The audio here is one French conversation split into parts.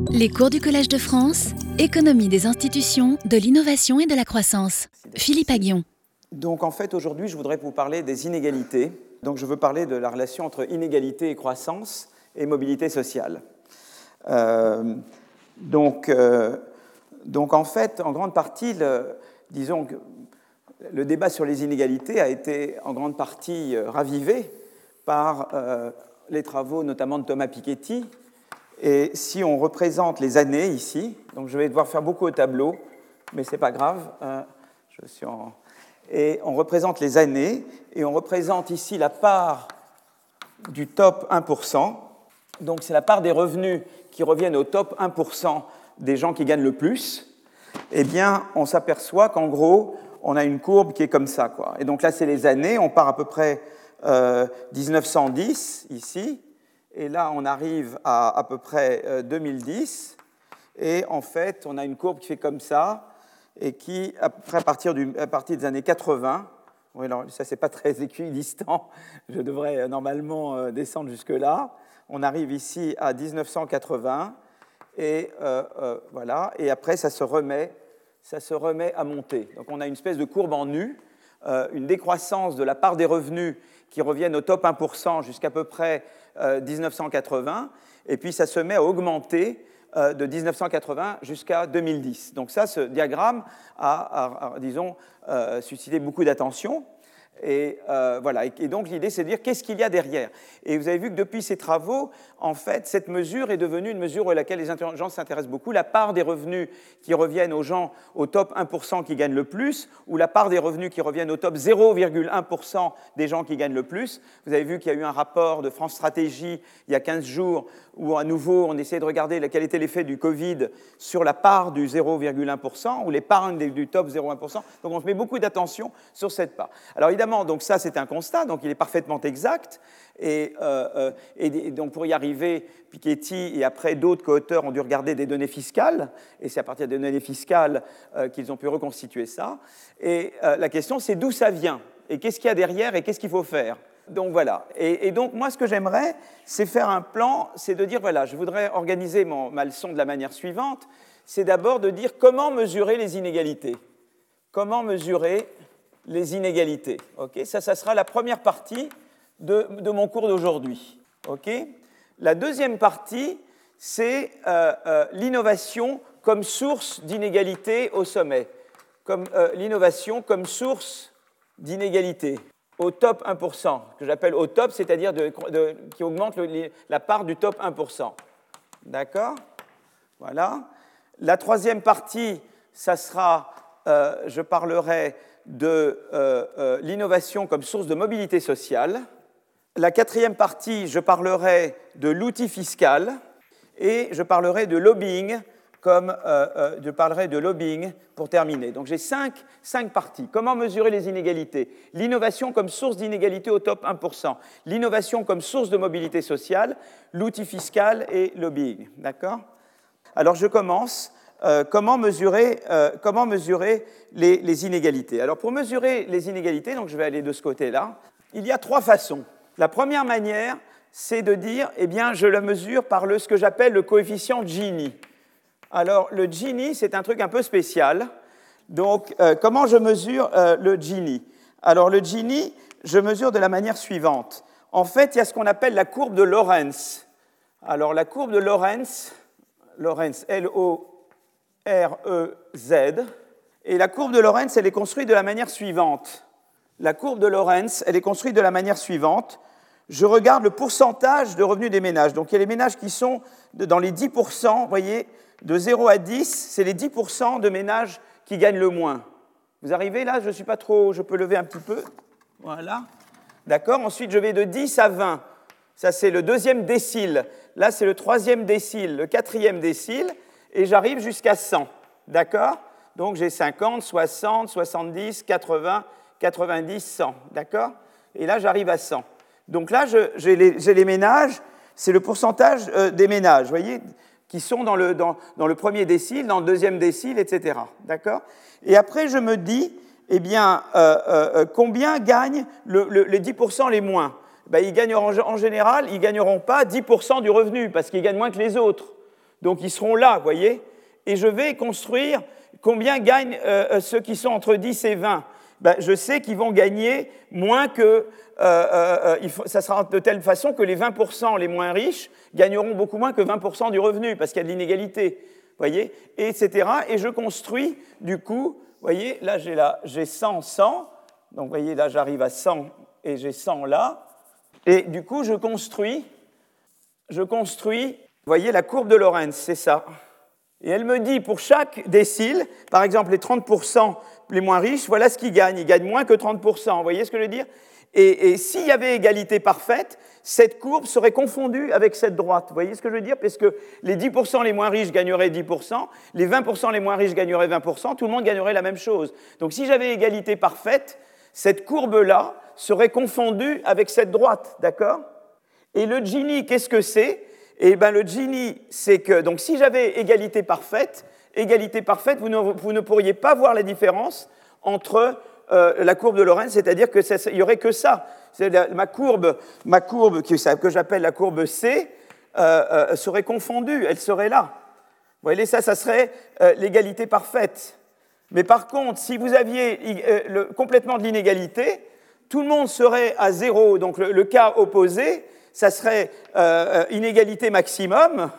Les cours du Collège de France, économie des institutions, de l'innovation et de la croissance. Philippe Aghion. Donc en fait, aujourd'hui, je voudrais vous parler des inégalités. Donc je veux parler de la relation entre inégalité et croissance et mobilité sociale. Donc en fait, en grande partie, disons que le débat sur les inégalités a été en grande partie ravivé par les travaux notamment de Thomas Piketty. Et si on représente les années ici, donc je vais devoir faire beaucoup au tableau, mais ce n'est pas grave, et on représente les années, et on représente ici la part du top 1%, donc c'est la part des revenus qui reviennent au top 1% des gens qui gagnent le plus, eh bien on s'aperçoit qu'en gros, on a une courbe qui est comme ça, quoi. Et donc là, c'est les années, on part à peu près 1910 ici, et là, on arrive à peu près 2010, et en fait, on a une courbe qui fait comme ça, et qui, après, à partir des années 80, oui, alors ça, c'est pas très équidistant, je devrais normalement descendre jusque-là, on arrive ici à 1980, et voilà, et après, ça se remet à monter. Donc, on a une espèce de courbe en U, une décroissance de la part des revenus qui reviennent au top 1% jusqu'à peu près 1980, et puis ça se met à augmenter de 1980 jusqu'à 2010. Donc ça, ce diagramme a disons, suscité beaucoup d'attention. Et voilà. Et donc l'idée, c'est de dire qu'est-ce qu'il y a derrière. Et vous avez vu que depuis ces travaux, en fait, cette mesure est devenue une mesure à laquelle les gens s'intéressent beaucoup, la part des revenus qui reviennent aux gens au top 1% qui gagnent le plus, ou la part des revenus qui reviennent au top 0,1% des gens qui gagnent le plus. Vous avez vu qu'il y a eu un rapport de France Stratégie il y a 15 jours où à nouveau on essayait de regarder quel était l'effet du Covid sur la part du 0,1% ou l'épargne du top 0,1%. Donc on se met beaucoup d'attention sur cette part. Alors évidemment, donc ça c'est un constat, donc il est parfaitement exact. Et donc pour y arriver, Piketty et après d'autres co-auteurs ont dû regarder des données fiscales, et c'est à partir des données fiscales qu'ils ont pu reconstituer ça. Et la question c'est d'où ça vient, et qu'est-ce qu'il y a derrière, et qu'est-ce qu'il faut faire. Donc voilà. Et donc moi ce que j'aimerais, c'est faire un plan, c'est de dire voilà, je voudrais organiser ma leçon de la manière suivante, c'est d'abord de dire comment mesurer les inégalités. Comment mesurer les inégalités. Okay, ça sera la première partie de mon cours d'aujourd'hui. Okay, la deuxième partie, c'est l'innovation comme source d'inégalité au sommet, l'innovation comme source d'inégalité au top 1%, que j'appelle au top, c'est-à-dire qui augmente la part du top 1%. D'accord ? Voilà. La troisième partie, ça sera, je parlerai de l'innovation comme source de mobilité sociale. La quatrième partie, je parlerai de l'outil fiscal et je parlerai de lobbying je parlerai de lobbying pour terminer. Donc j'ai cinq parties. Comment mesurer les inégalités ? L'innovation comme source d'inégalité au top 1%. L'innovation comme source de mobilité sociale, l'outil fiscal et lobbying. D'accord ? Alors je commence. Comment mesurer les inégalités ? Alors pour mesurer les inégalités, donc je vais aller de ce côté-là, il y a trois façons. La première manière, c'est de dire, eh bien, je le mesure par ce que j'appelle le coefficient Gini. Alors le Gini, c'est un truc un peu spécial. Donc comment je mesure le Gini ? Alors le Gini, je mesure de la manière suivante. En fait, il y a ce qu'on appelle la courbe de Lorenz. Alors la courbe de Lorenz, L-O-R-E-Z, et la courbe de Lorenz, elle est construite de la manière suivante. La courbe de Lorenz, elle est construite de la manière suivante. Je regarde le pourcentage de revenus des ménages. Donc il y a les ménages qui sont dans les 10%, vous voyez, de 0 à 10, c'est les 10% de ménages qui gagnent le moins. Vous arrivez là, je ne suis pas trop, je peux lever un petit peu. Voilà. D'accord ? Ensuite, je vais de 10 à 20. Ça, c'est le deuxième décile. Là, c'est le troisième décile, le quatrième décile, et j'arrive jusqu'à 100. D'accord ? Donc, j'ai 50, 60, 70, 80, 90, 100. D'accord ? Et là, j'arrive à 100. Donc là, j'ai les ménages, c'est le pourcentage des ménages, vous voyez, qui sont dans le premier décile, dans le deuxième décile, etc. D'accord ? Et après, je me dis, eh bien, combien gagnent les 10% les moins ? Ben, ils gagneront, en général, ils ne gagneront pas 10% du revenu, parce qu'ils gagnent moins que les autres. Donc ils seront là, vous voyez. Et je vais construire combien gagnent ceux qui sont entre 10 et 20. Ben, je sais qu'ils vont gagner moins que... ça sera de telle façon que les 20% les moins riches gagneront beaucoup moins que 20% du revenu, parce qu'il y a de l'inégalité, voyez, etc. Et je construis, du coup, vous voyez, là, j'ai 100, 100. Donc, vous voyez, là, j'arrive à 100 et j'ai 100 là. Et du coup, je construis, vous voyez, la courbe de Lorenz, c'est ça. Et elle me dit, pour chaque décile, par exemple, les 30% les moins riches, voilà ce qu'ils gagnent. Ils gagnent moins que 30%. Vous voyez ce que je veux dire ? Et s'il y avait égalité parfaite, cette courbe serait confondue avec cette droite. Vous voyez ce que je veux dire ? Parce que les 10% les moins riches gagneraient 10%, les 20% les moins riches gagneraient 20%, tout le monde gagnerait la même chose. Donc si j'avais égalité parfaite, cette courbe-là serait confondue avec cette droite, d'accord ? Et le Gini, qu'est-ce que c'est ? Eh bien, le Gini, c'est que, donc si j'avais égalité parfaite, vous ne pourriez pas voir la différence entre la courbe de Lorenz, c'est-à-dire qu'il n'y aurait que ça. Ma courbe que j'appelle la courbe C serait confondue, elle serait là. Vous voyez, ça serait l'égalité parfaite. Mais par contre, si vous aviez complètement de l'inégalité, tout le monde serait à zéro. Donc le cas opposé, ça serait inégalité maximum,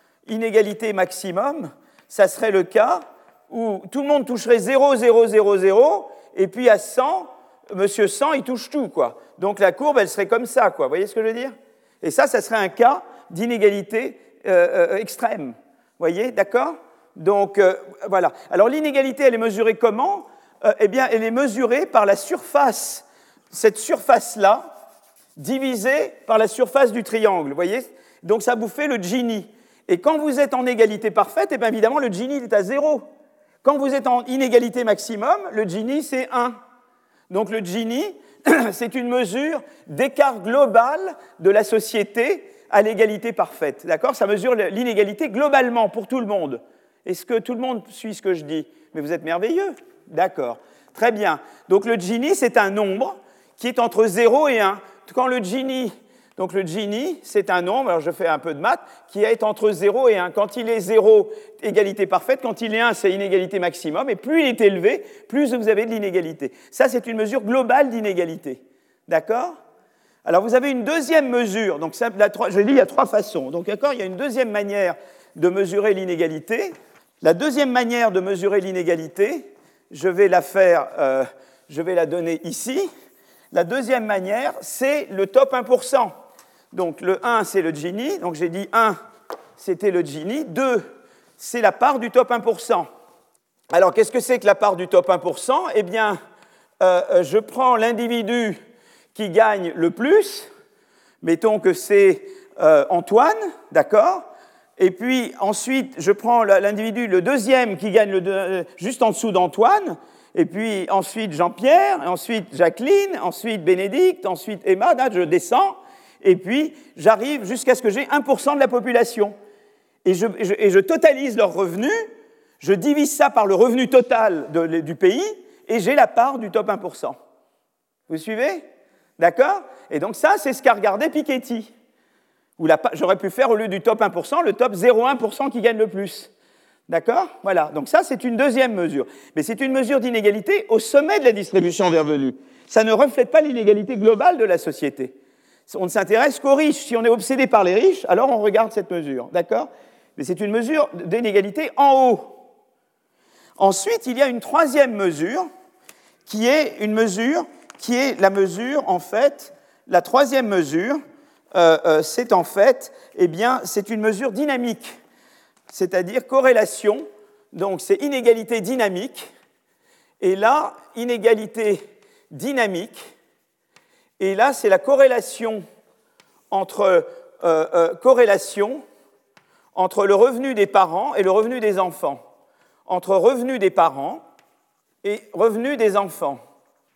ça serait le cas où tout le monde toucherait 0, 0, 0, 0, et puis à 100, monsieur 100, il touche tout, quoi. Donc la courbe, elle serait comme ça, quoi. Vous voyez ce que je veux dire ? Et ça serait un cas d'inégalité extrême. Vous voyez, d'accord ? Donc, voilà. Alors l'inégalité, elle est mesurée comment ? Eh bien, elle est mesurée par la surface, cette surface-là, divisée par la surface du triangle, vous voyez ? Donc ça vous fait le Gini. Et quand vous êtes en égalité parfaite, eh bien évidemment, le Gini est à 0. Quand vous êtes en inégalité maximum, le Gini, c'est 1. Donc le Gini, c'est une mesure d'écart global de la société à l'égalité parfaite. D'accord ? Ça mesure l'inégalité globalement pour tout le monde. Est-ce que tout le monde suit ce que je dis ? Mais vous êtes merveilleux. D'accord. Très bien. Donc le Gini, c'est un nombre qui est entre 0 et 1. Quand le Gini, c'est un nombre, alors je fais un peu de maths, qui est entre 0 et 1. Quand il est 0, égalité parfaite. Quand il est 1, c'est inégalité maximum. Et plus il est élevé, plus vous avez de l'inégalité. Ça, c'est une mesure globale d'inégalité. D'accord ? Alors, vous avez une deuxième mesure. Donc, je dis, il y a 3 façons. Donc, d'accord, il y a une deuxième manière de mesurer l'inégalité. La deuxième manière de mesurer l'inégalité, je vais la donner ici. La deuxième manière, c'est le top 1%. Donc le 1, c'est le Gini. Donc j'ai dit 1, c'était le Gini. 2, c'est la part du top 1%. Alors qu'est-ce que c'est que la part du top 1% ? Eh bien, je prends l'individu qui gagne le plus. Mettons que c'est Antoine, d'accord ? Et puis ensuite, je prends l'individu, le deuxième qui gagne juste en dessous d'Antoine. Et puis ensuite Jean-Pierre, ensuite Jacqueline, ensuite Bénédicte, ensuite Emma, là je descends, et puis j'arrive jusqu'à ce que j'ai 1% de la population. Et je totalise leurs revenus, je divise ça par le revenu total du pays, et j'ai la part du top 1%. Vous suivez ? D'accord ? Et donc ça, c'est ce qu'a regardé Piketty. J'aurais pu faire au lieu du top 1%, le top 0,1% qui gagne le plus. D'accord ? Voilà. Donc ça, c'est une deuxième mesure. Mais c'est une mesure d'inégalité au sommet de la distribution des revenus. Ça ne reflète pas l'inégalité globale de la société. On ne s'intéresse qu'aux riches. Si on est obsédé par les riches, alors on regarde cette mesure. D'accord ? Mais c'est une mesure d'inégalité en haut. Ensuite, il y a une troisième mesure, qui est la mesure, en fait, la troisième mesure, c'est en fait, eh bien, c'est une mesure dynamique. C'est-à-dire corrélation, donc c'est inégalité dynamique, et là, inégalité dynamique, et là, c'est la corrélation entre le revenu des parents et le revenu des enfants, entre revenu des parents et revenu des enfants. D'accord ?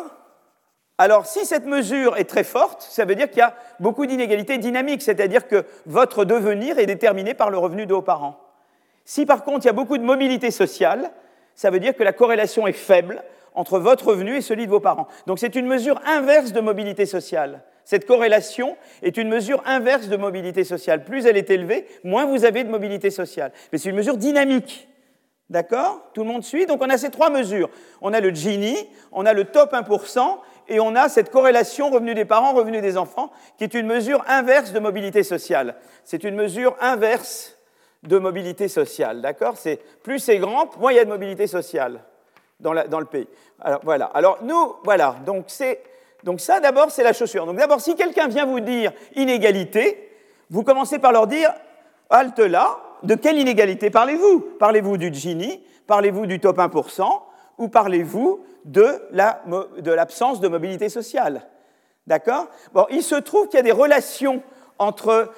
Alors, si cette mesure est très forte, ça veut dire qu'il y a beaucoup d'inégalités dynamiques, c'est-à-dire que votre devenir est déterminé par le revenu de vos parents. Si, par contre, il y a beaucoup de mobilité sociale, ça veut dire que la corrélation est faible entre votre revenu et celui de vos parents. Donc, c'est une mesure inverse de mobilité sociale. Cette corrélation est une mesure inverse de mobilité sociale. Plus elle est élevée, moins vous avez de mobilité sociale. Mais c'est une mesure dynamique. D'accord? Tout le monde suit? Donc on a ces trois mesures. On a le Gini, on a le top 1%, et on a cette corrélation revenu des parents, revenu des enfants, qui est une mesure inverse de mobilité sociale. C'est une mesure inverse de mobilité sociale. D'accord? Plus c'est grand, moins il y a de mobilité sociale dans le pays. Alors voilà. Alors nous, voilà. Donc ça, d'abord, c'est la chaussure. Donc d'abord, si quelqu'un vient vous dire inégalité, vous commencez par leur dire halte là. De quelle inégalité parlez-vous? Parlez-vous du Gini? Parlez-vous du top 1%? Ou parlez-vous de l'absence de mobilité sociale? D'accord? Bon, il se trouve qu'il y a des relations entre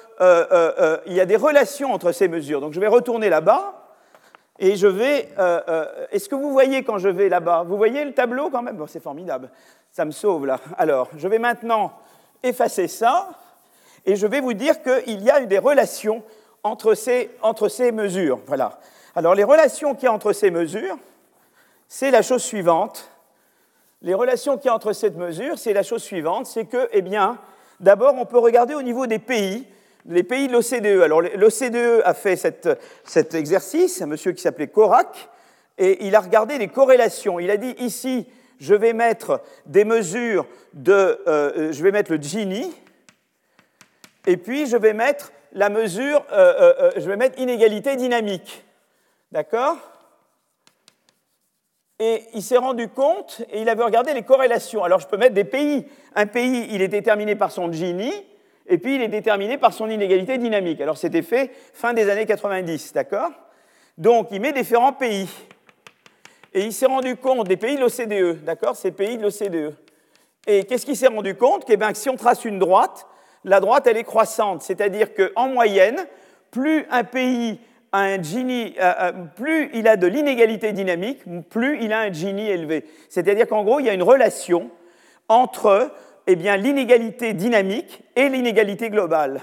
ces mesures. Donc je vais retourner là-bas et je vais... est-ce que vous voyez quand je vais là-bas? Vous voyez le tableau quand même? Bon, c'est formidable. Ça me sauve là. Alors, je vais maintenant effacer ça et je vais vous dire qu'il y a des relations entre ces mesures. Voilà. Alors, les relations qu'il y a entre ces mesures, c'est la chose suivante. Les relations qu'il y a entre cette mesure, c'est la chose suivante, c'est que, eh bien, d'abord, on peut regarder au niveau des pays, les pays de l'OCDE. Alors, l'OCDE a fait cet exercice, un monsieur qui s'appelait Korak, et il a regardé les corrélations. Il a dit, ici, je vais mettre des mesures je vais mettre le Gini, et puis je vais mettre la mesure, je vais mettre inégalité dynamique. D'accord? Et il s'est rendu compte, et il avait regardé les corrélations. Alors je peux mettre des pays. Un pays, il est déterminé par son Gini, et puis il est déterminé par son inégalité dynamique. Alors c'était fait fin des années 90, d'accord? Donc il met différents pays. Et il s'est rendu compte des pays de l'OCDE, d'accord? Ces pays de l'OCDE. Et qu'est-ce qu'il s'est rendu compte? Que si on trace une droite, la droite, elle est croissante. C'est-à-dire qu'en moyenne, plus un pays a un Gini, plus il a de l'inégalité dynamique, plus il a un Gini élevé. C'est-à-dire qu'en gros, il y a une relation entre l'inégalité dynamique et l'inégalité globale.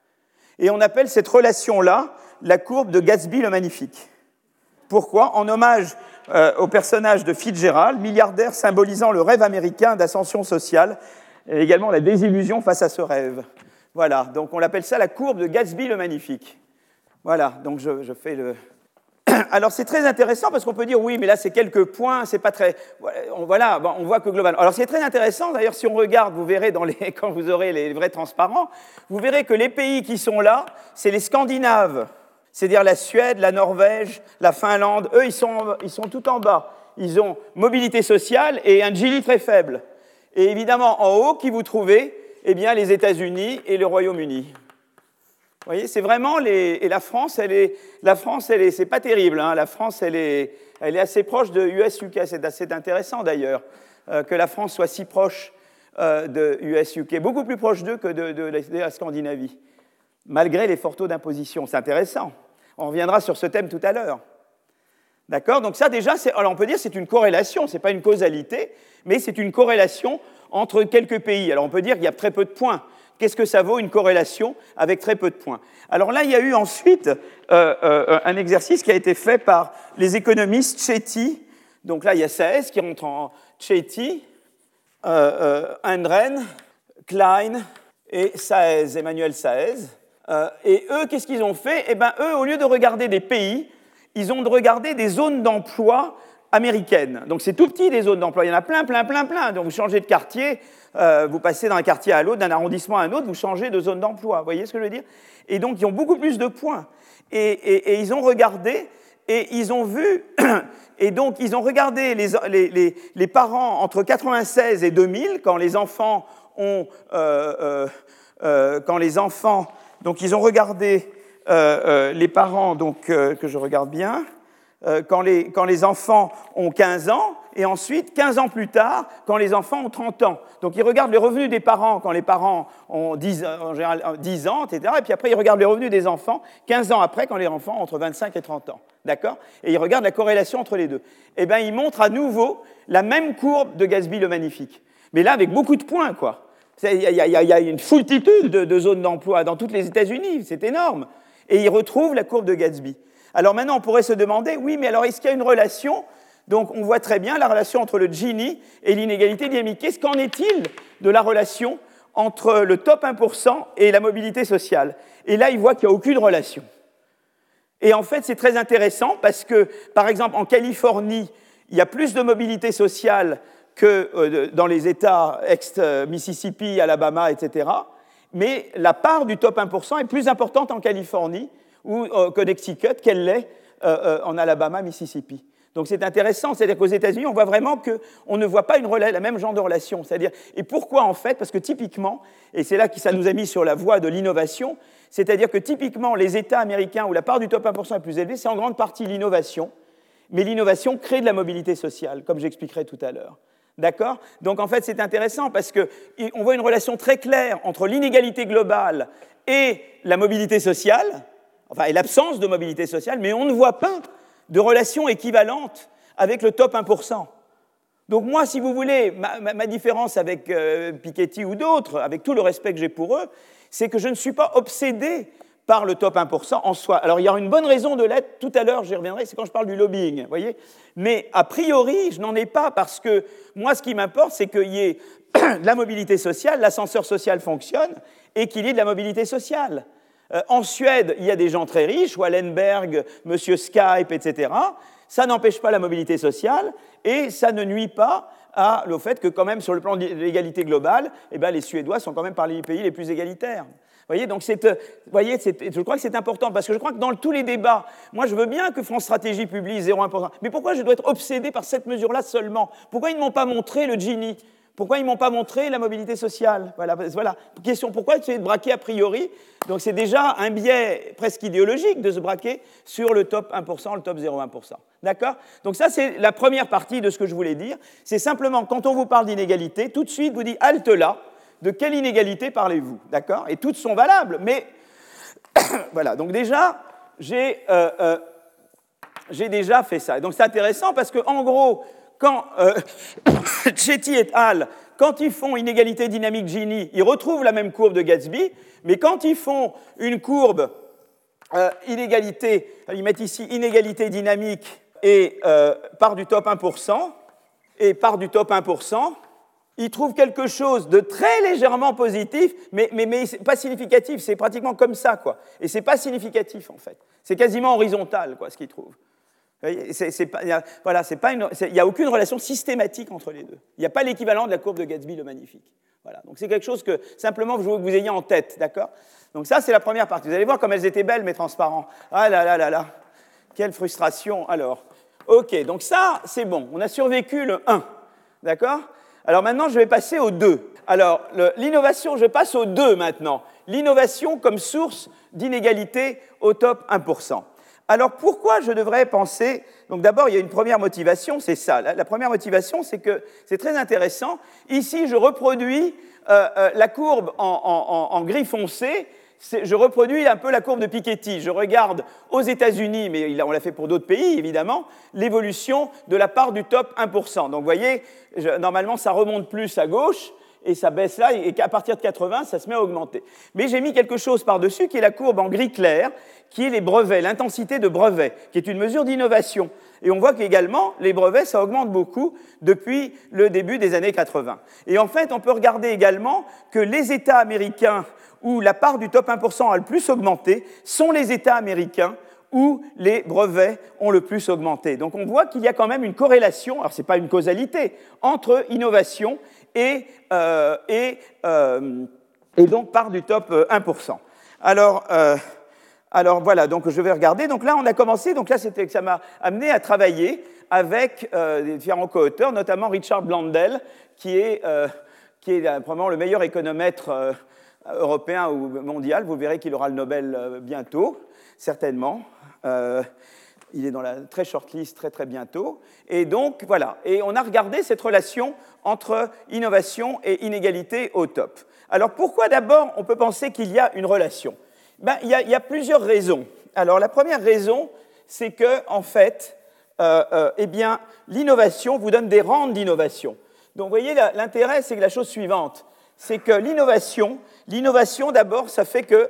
Et on appelle cette relation-là la courbe de Gatsby le Magnifique. Pourquoi? En hommage au personnage de Fitzgerald, milliardaire symbolisant le rêve américain d'ascension sociale, et également la désillusion face à ce rêve. Voilà, donc on appelle ça la courbe de Gatsby le Magnifique. Voilà, donc je fais le... Alors c'est très intéressant parce qu'on peut dire, oui, mais là c'est quelques points, c'est pas très... Voilà, on voit que globalement... Alors c'est très intéressant, d'ailleurs si on regarde, vous verrez quand vous aurez les vrais transparents, vous verrez que les pays qui sont là, c'est les Scandinaves, c'est-à-dire la Suède, la Norvège, la Finlande, eux ils sont tout en bas. Ils ont mobilité sociale et un Gini très faible. Et évidemment, en haut, qui vous trouvez? Eh bien, les États-Unis et le Royaume-Uni. Vous voyez, c'est vraiment et la France, c'est pas terrible. Hein. La France, elle est assez proche de US-UK. C'est assez intéressant d'ailleurs que la France soit si proche de US-UK, beaucoup plus proche d'eux que de la Scandinavie, malgré les forts taux d'imposition. C'est intéressant. On reviendra sur ce thème tout à l'heure. D'accord? Donc ça, déjà, alors on peut dire que c'est une corrélation, ce n'est pas une causalité, mais c'est une corrélation entre quelques pays. Alors on peut dire qu'il y a très peu de points. Qu'est-ce que ça vaut une corrélation avec très peu de points? Alors là, il y a eu ensuite un exercice qui a été fait par les économistes Chetty. Donc là, il y a Saez qui rentre en Chetty, Hendren, Klein et Saez, Emmanuel Saez. Et eux, qu'est-ce qu'ils ont fait? Eh bien, eux, au lieu de regarder des pays, ils ont regardé des zones d'emploi américaines. Donc c'est tout petit, des zones d'emploi. Il y en a plein. Donc vous changez de quartier, vous passez d'un quartier à l'autre, d'un arrondissement à un autre, vous changez de zone d'emploi. Vous voyez ce que je veux dire? Et donc ils ont beaucoup plus de points. Et ils ont regardé, et ils ont vu, et donc ils ont regardé les parents entre 96 et 2000, quand les enfants ont... donc ils ont regardé les parents, donc, que je regarde bien, quand les enfants ont 15 ans, et ensuite, 15 ans plus tard, quand les enfants ont 30 ans. Donc, ils regardent les revenus des parents quand les parents ont en général 10 ans, etc. Et puis après, ils regardent les revenus des enfants 15 ans après, quand les enfants ont entre 25 et 30 ans. D'accord? Et ils regardent la corrélation entre les deux. Eh bien, ils montrent à nouveau la même courbe de Gatsby le Magnifique. Mais là, avec beaucoup de points, quoi. Il y a une foultitude de zones d'emploi dans toutes les États-Unis. C'est énorme. Et ils retrouvent la courbe de Gatsby. Alors maintenant, on pourrait se demander, oui, mais alors est-ce qu'il y a une relation? Donc on voit très bien la relation entre le Gini et l'inégalité dynamique. Qu'en est-il de la relation entre le top 1% et la mobilité sociale. Et là, il voit qu'il n'y a aucune relation. Et en fait, c'est très intéressant parce que, par exemple, en Californie, il y a plus de mobilité sociale que dans les États ex-Mississippi, Alabama, etc. Mais la part du top 1% est plus importante en Californie ou au Connecticut qu'elle l'est en Alabama, Mississippi. Donc c'est intéressant, c'est-à-dire qu'aux États-Unis, on voit vraiment qu'on ne voit pas la même genre de relation. C'est-à-dire, et pourquoi en fait? Parce que typiquement, et c'est là que ça nous a mis sur la voie de l'innovation, c'est-à-dire que typiquement, les États américains où la part du top 1% est plus élevée, c'est en grande partie l'innovation, mais l'innovation crée de la mobilité sociale, comme j'expliquerai tout à l'heure. D'accord? Donc en fait, c'est intéressant parce qu'on voit une relation très claire entre l'inégalité globale et la mobilité sociale, enfin, et l'absence de mobilité sociale, mais on ne voit pas de relation équivalente avec le top 1%. Donc moi, si vous voulez, ma différence avec Piketty ou d'autres, avec tout le respect que j'ai pour eux, c'est que je ne suis pas obsédé par le top 1% en soi. Alors il y aura une bonne raison de l'être, tout à l'heure j'y reviendrai, c'est quand je parle du lobbying, vous voyez. Mais a priori, je n'en ai pas parce que moi, ce qui m'importe, c'est qu'il y ait de la mobilité sociale, l'ascenseur social fonctionne, et qu'il y ait de la mobilité sociale. En Suède, il y a des gens très riches, Wallenberg, Monsieur Skype, etc. Ça n'empêche pas la mobilité sociale et ça ne nuit pas au fait que quand même sur le plan de l'égalité globale, eh ben, les Suédois sont quand même parmi les pays les plus égalitaires. Vous voyez, donc je crois que c'est important parce que je crois que dans tous les débats, moi je veux bien que France Stratégie publie 0,1%, mais pourquoi je dois être obsédé par cette mesure-là seulement? Pourquoi ils ne m'ont pas montré le Gini? Pourquoi ils ne m'ont pas montré la mobilité sociale? Voilà. Question, pourquoi essayer de braquer a priori? Donc c'est déjà un biais presque idéologique de se braquer sur le top 1%, le top 0,1%. D'accord? Donc ça, c'est la première partie de ce que je voulais dire. C'est simplement, quand on vous parle d'inégalité, tout de suite, vous dites, halte là, de quelle inégalité parlez-vous? D'accord? Et toutes sont valables, mais voilà. Donc déjà, j'ai déjà fait ça. Et donc c'est intéressant parce qu'en gros, quand Chetty et al., quand ils font inégalité dynamique Gini, ils retrouvent la même courbe de Gatsby, mais quand ils font une courbe inégalité, ils mettent ici inégalité dynamique et part du top 1%, et part du top 1%, ils trouvent quelque chose de très légèrement positif, mais pas significatif, c'est pratiquement comme ça, quoi. Et c'est pas significatif, en fait. C'est quasiment horizontal, quoi, ce qu'ils trouvent. Il n'y a aucune relation systématique entre les deux. Il n'y a pas l'équivalent de la courbe de Gatsby le magnifique. Voilà. Donc c'est quelque chose que simplement je veux que vous ayez en tête, d'accord? Donc ça c'est la première partie. Vous allez voir comme elles étaient belles mes transparents. Ah là là là là, quelle frustration. Alors, ok, donc ça c'est bon. On a survécu le 1, d'accord? Alors maintenant je vais passer au 2. Alors l'innovation, je passe au 2 maintenant. L'innovation comme source d'inégalité au top 1%. Alors pourquoi je devrais penser... Donc d'abord, il y a une première motivation, c'est ça. La première motivation, c'est que c'est très intéressant. Ici, je reproduis la courbe en gris foncé. Je reproduis un peu la courbe de Piketty. Je regarde aux États-Unis, mais on l'a fait pour d'autres pays, évidemment, l'évolution de la part du top 1%. Donc vous voyez, normalement, ça remonte plus à gauche, et ça baisse là, et qu'à partir de 80, ça se met à augmenter. Mais j'ai mis quelque chose par-dessus, qui est la courbe en gris clair, qui est les brevets, l'intensité de brevets, qui est une mesure d'innovation. Et on voit qu'également, les brevets, ça augmente beaucoup depuis le début des années 80. Et en fait, on peut regarder également que les États américains où la part du top 1% a le plus augmenté sont les États américains où les brevets ont le plus augmenté. Donc on voit qu'il y a quand même une corrélation, alors ce n'est pas une causalité, entre innovation et donc part du top 1%. Alors voilà, donc je vais regarder. Donc là, on a commencé, donc là, ça m'a amené à travailler avec des différents co-auteurs, notamment Richard Blandel, qui est probablement le meilleur économètre européen ou mondial. Vous verrez qu'il aura le Nobel bientôt, certainement. Il est dans la très short list très très bientôt. Et donc, voilà. Et on a regardé cette relation entre innovation et inégalité au top. Alors, pourquoi d'abord on peut penser qu'il y a une relation? Il y a plusieurs raisons. Alors, la première raison, c'est que, en fait, l'innovation vous donne des rentes d'innovation. Donc, vous voyez, l'intérêt, c'est que la chose suivante, c'est que l'innovation, d'abord, ça fait que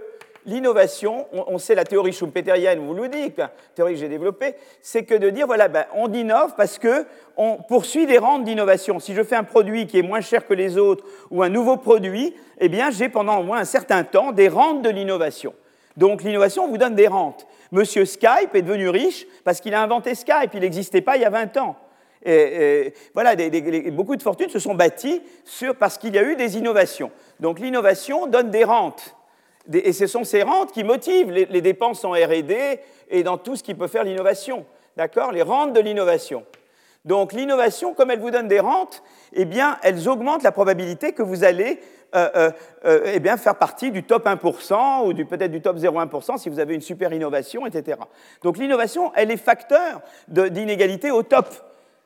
l'innovation, on sait la théorie schumpeterienne, vous le dites, la théorie que j'ai développée, c'est que de dire, voilà, on innove parce qu'on poursuit des rentes d'innovation. Si je fais un produit qui est moins cher que les autres ou un nouveau produit, eh bien, j'ai pendant au moins un certain temps des rentes de l'innovation. Donc, l'innovation vous donne des rentes. Monsieur Skype est devenu riche parce qu'il a inventé Skype, il n'existait pas il y a 20 ans. Et voilà, beaucoup de fortunes se sont bâties parce qu'il y a eu des innovations. Donc l'innovation donne des rentes. Et ce sont ces rentes qui motivent les dépenses en R&D et dans tout ce qui peut faire l'innovation. D'accord ? Les rentes de l'innovation. Donc l'innovation, comme elle vous donne des rentes, eh bien, elles augmentent la probabilité que vous allez eh bien, faire partie du top 1% ou peut-être du top 0,1% si vous avez une super innovation, etc. Donc l'innovation, elle est facteur d'inégalité au top. D'accord ?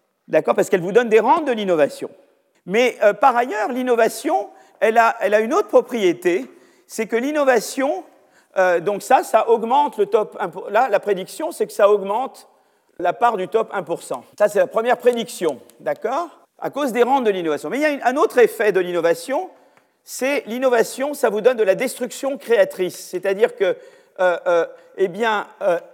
Parce qu'elle vous donne des rentes de l'innovation. Mais par ailleurs, l'innovation, elle a une autre propriété, c'est que l'innovation, donc ça augmente le top 1%. Là, la prédiction, c'est que ça augmente la part du top 1%. Ça, c'est la première prédiction, d'accord ? À cause des rentes de l'innovation. Mais il y a un autre effet de l'innovation, c'est l'innovation, ça vous donne de la destruction créatrice. C'est-à-dire que, eh bien,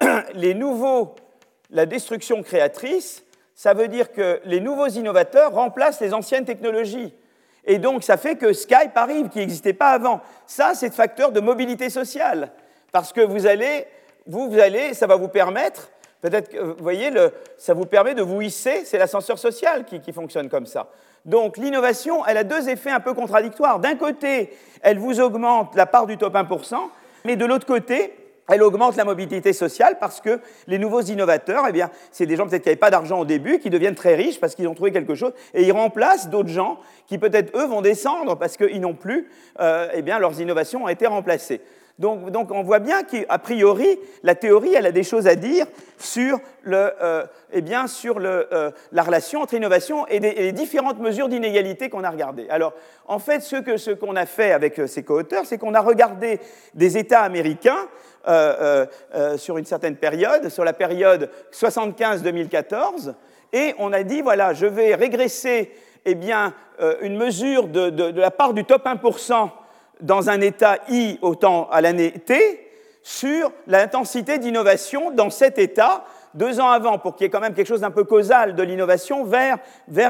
la destruction créatrice, ça veut dire que les nouveaux innovateurs remplacent les anciennes technologies. Et donc, ça fait que Skype arrive, qui n'existait pas avant. Ça, c'est le facteur de mobilité sociale. Parce que vous allez, ça va vous permettre, peut-être que, vous voyez, ça vous permet de vous hisser, c'est l'ascenseur social qui fonctionne comme ça. Donc, l'innovation, elle a deux effets un peu contradictoires. D'un côté, elle vous augmente la part du top 1%, mais de l'autre côté, elle augmente la mobilité sociale parce que les nouveaux innovateurs, eh bien, c'est des gens peut-être qui n'avaient pas d'argent au début, qui deviennent très riches parce qu'ils ont trouvé quelque chose, et ils remplacent d'autres gens qui peut-être, eux, vont descendre parce qu'ils n'ont plus, eh bien, leurs innovations ont été remplacées. Donc on voit bien qu'a priori, la théorie, elle a des choses à dire sur, la relation entre innovation et les différentes mesures d'inégalité qu'on a regardées. Alors, en fait, ce qu'on a fait avec ces co-auteurs, c'est qu'on a regardé des États américains sur une certaine période, sur la période 75-2014, et on a dit, voilà, je vais régresser eh bien, une mesure de la part du top 1% dans un état I à l'année T sur l'intensité d'innovation dans cet état 2 ans avant, pour qu'il y ait quand même quelque chose d'un peu causal de l'innovation vers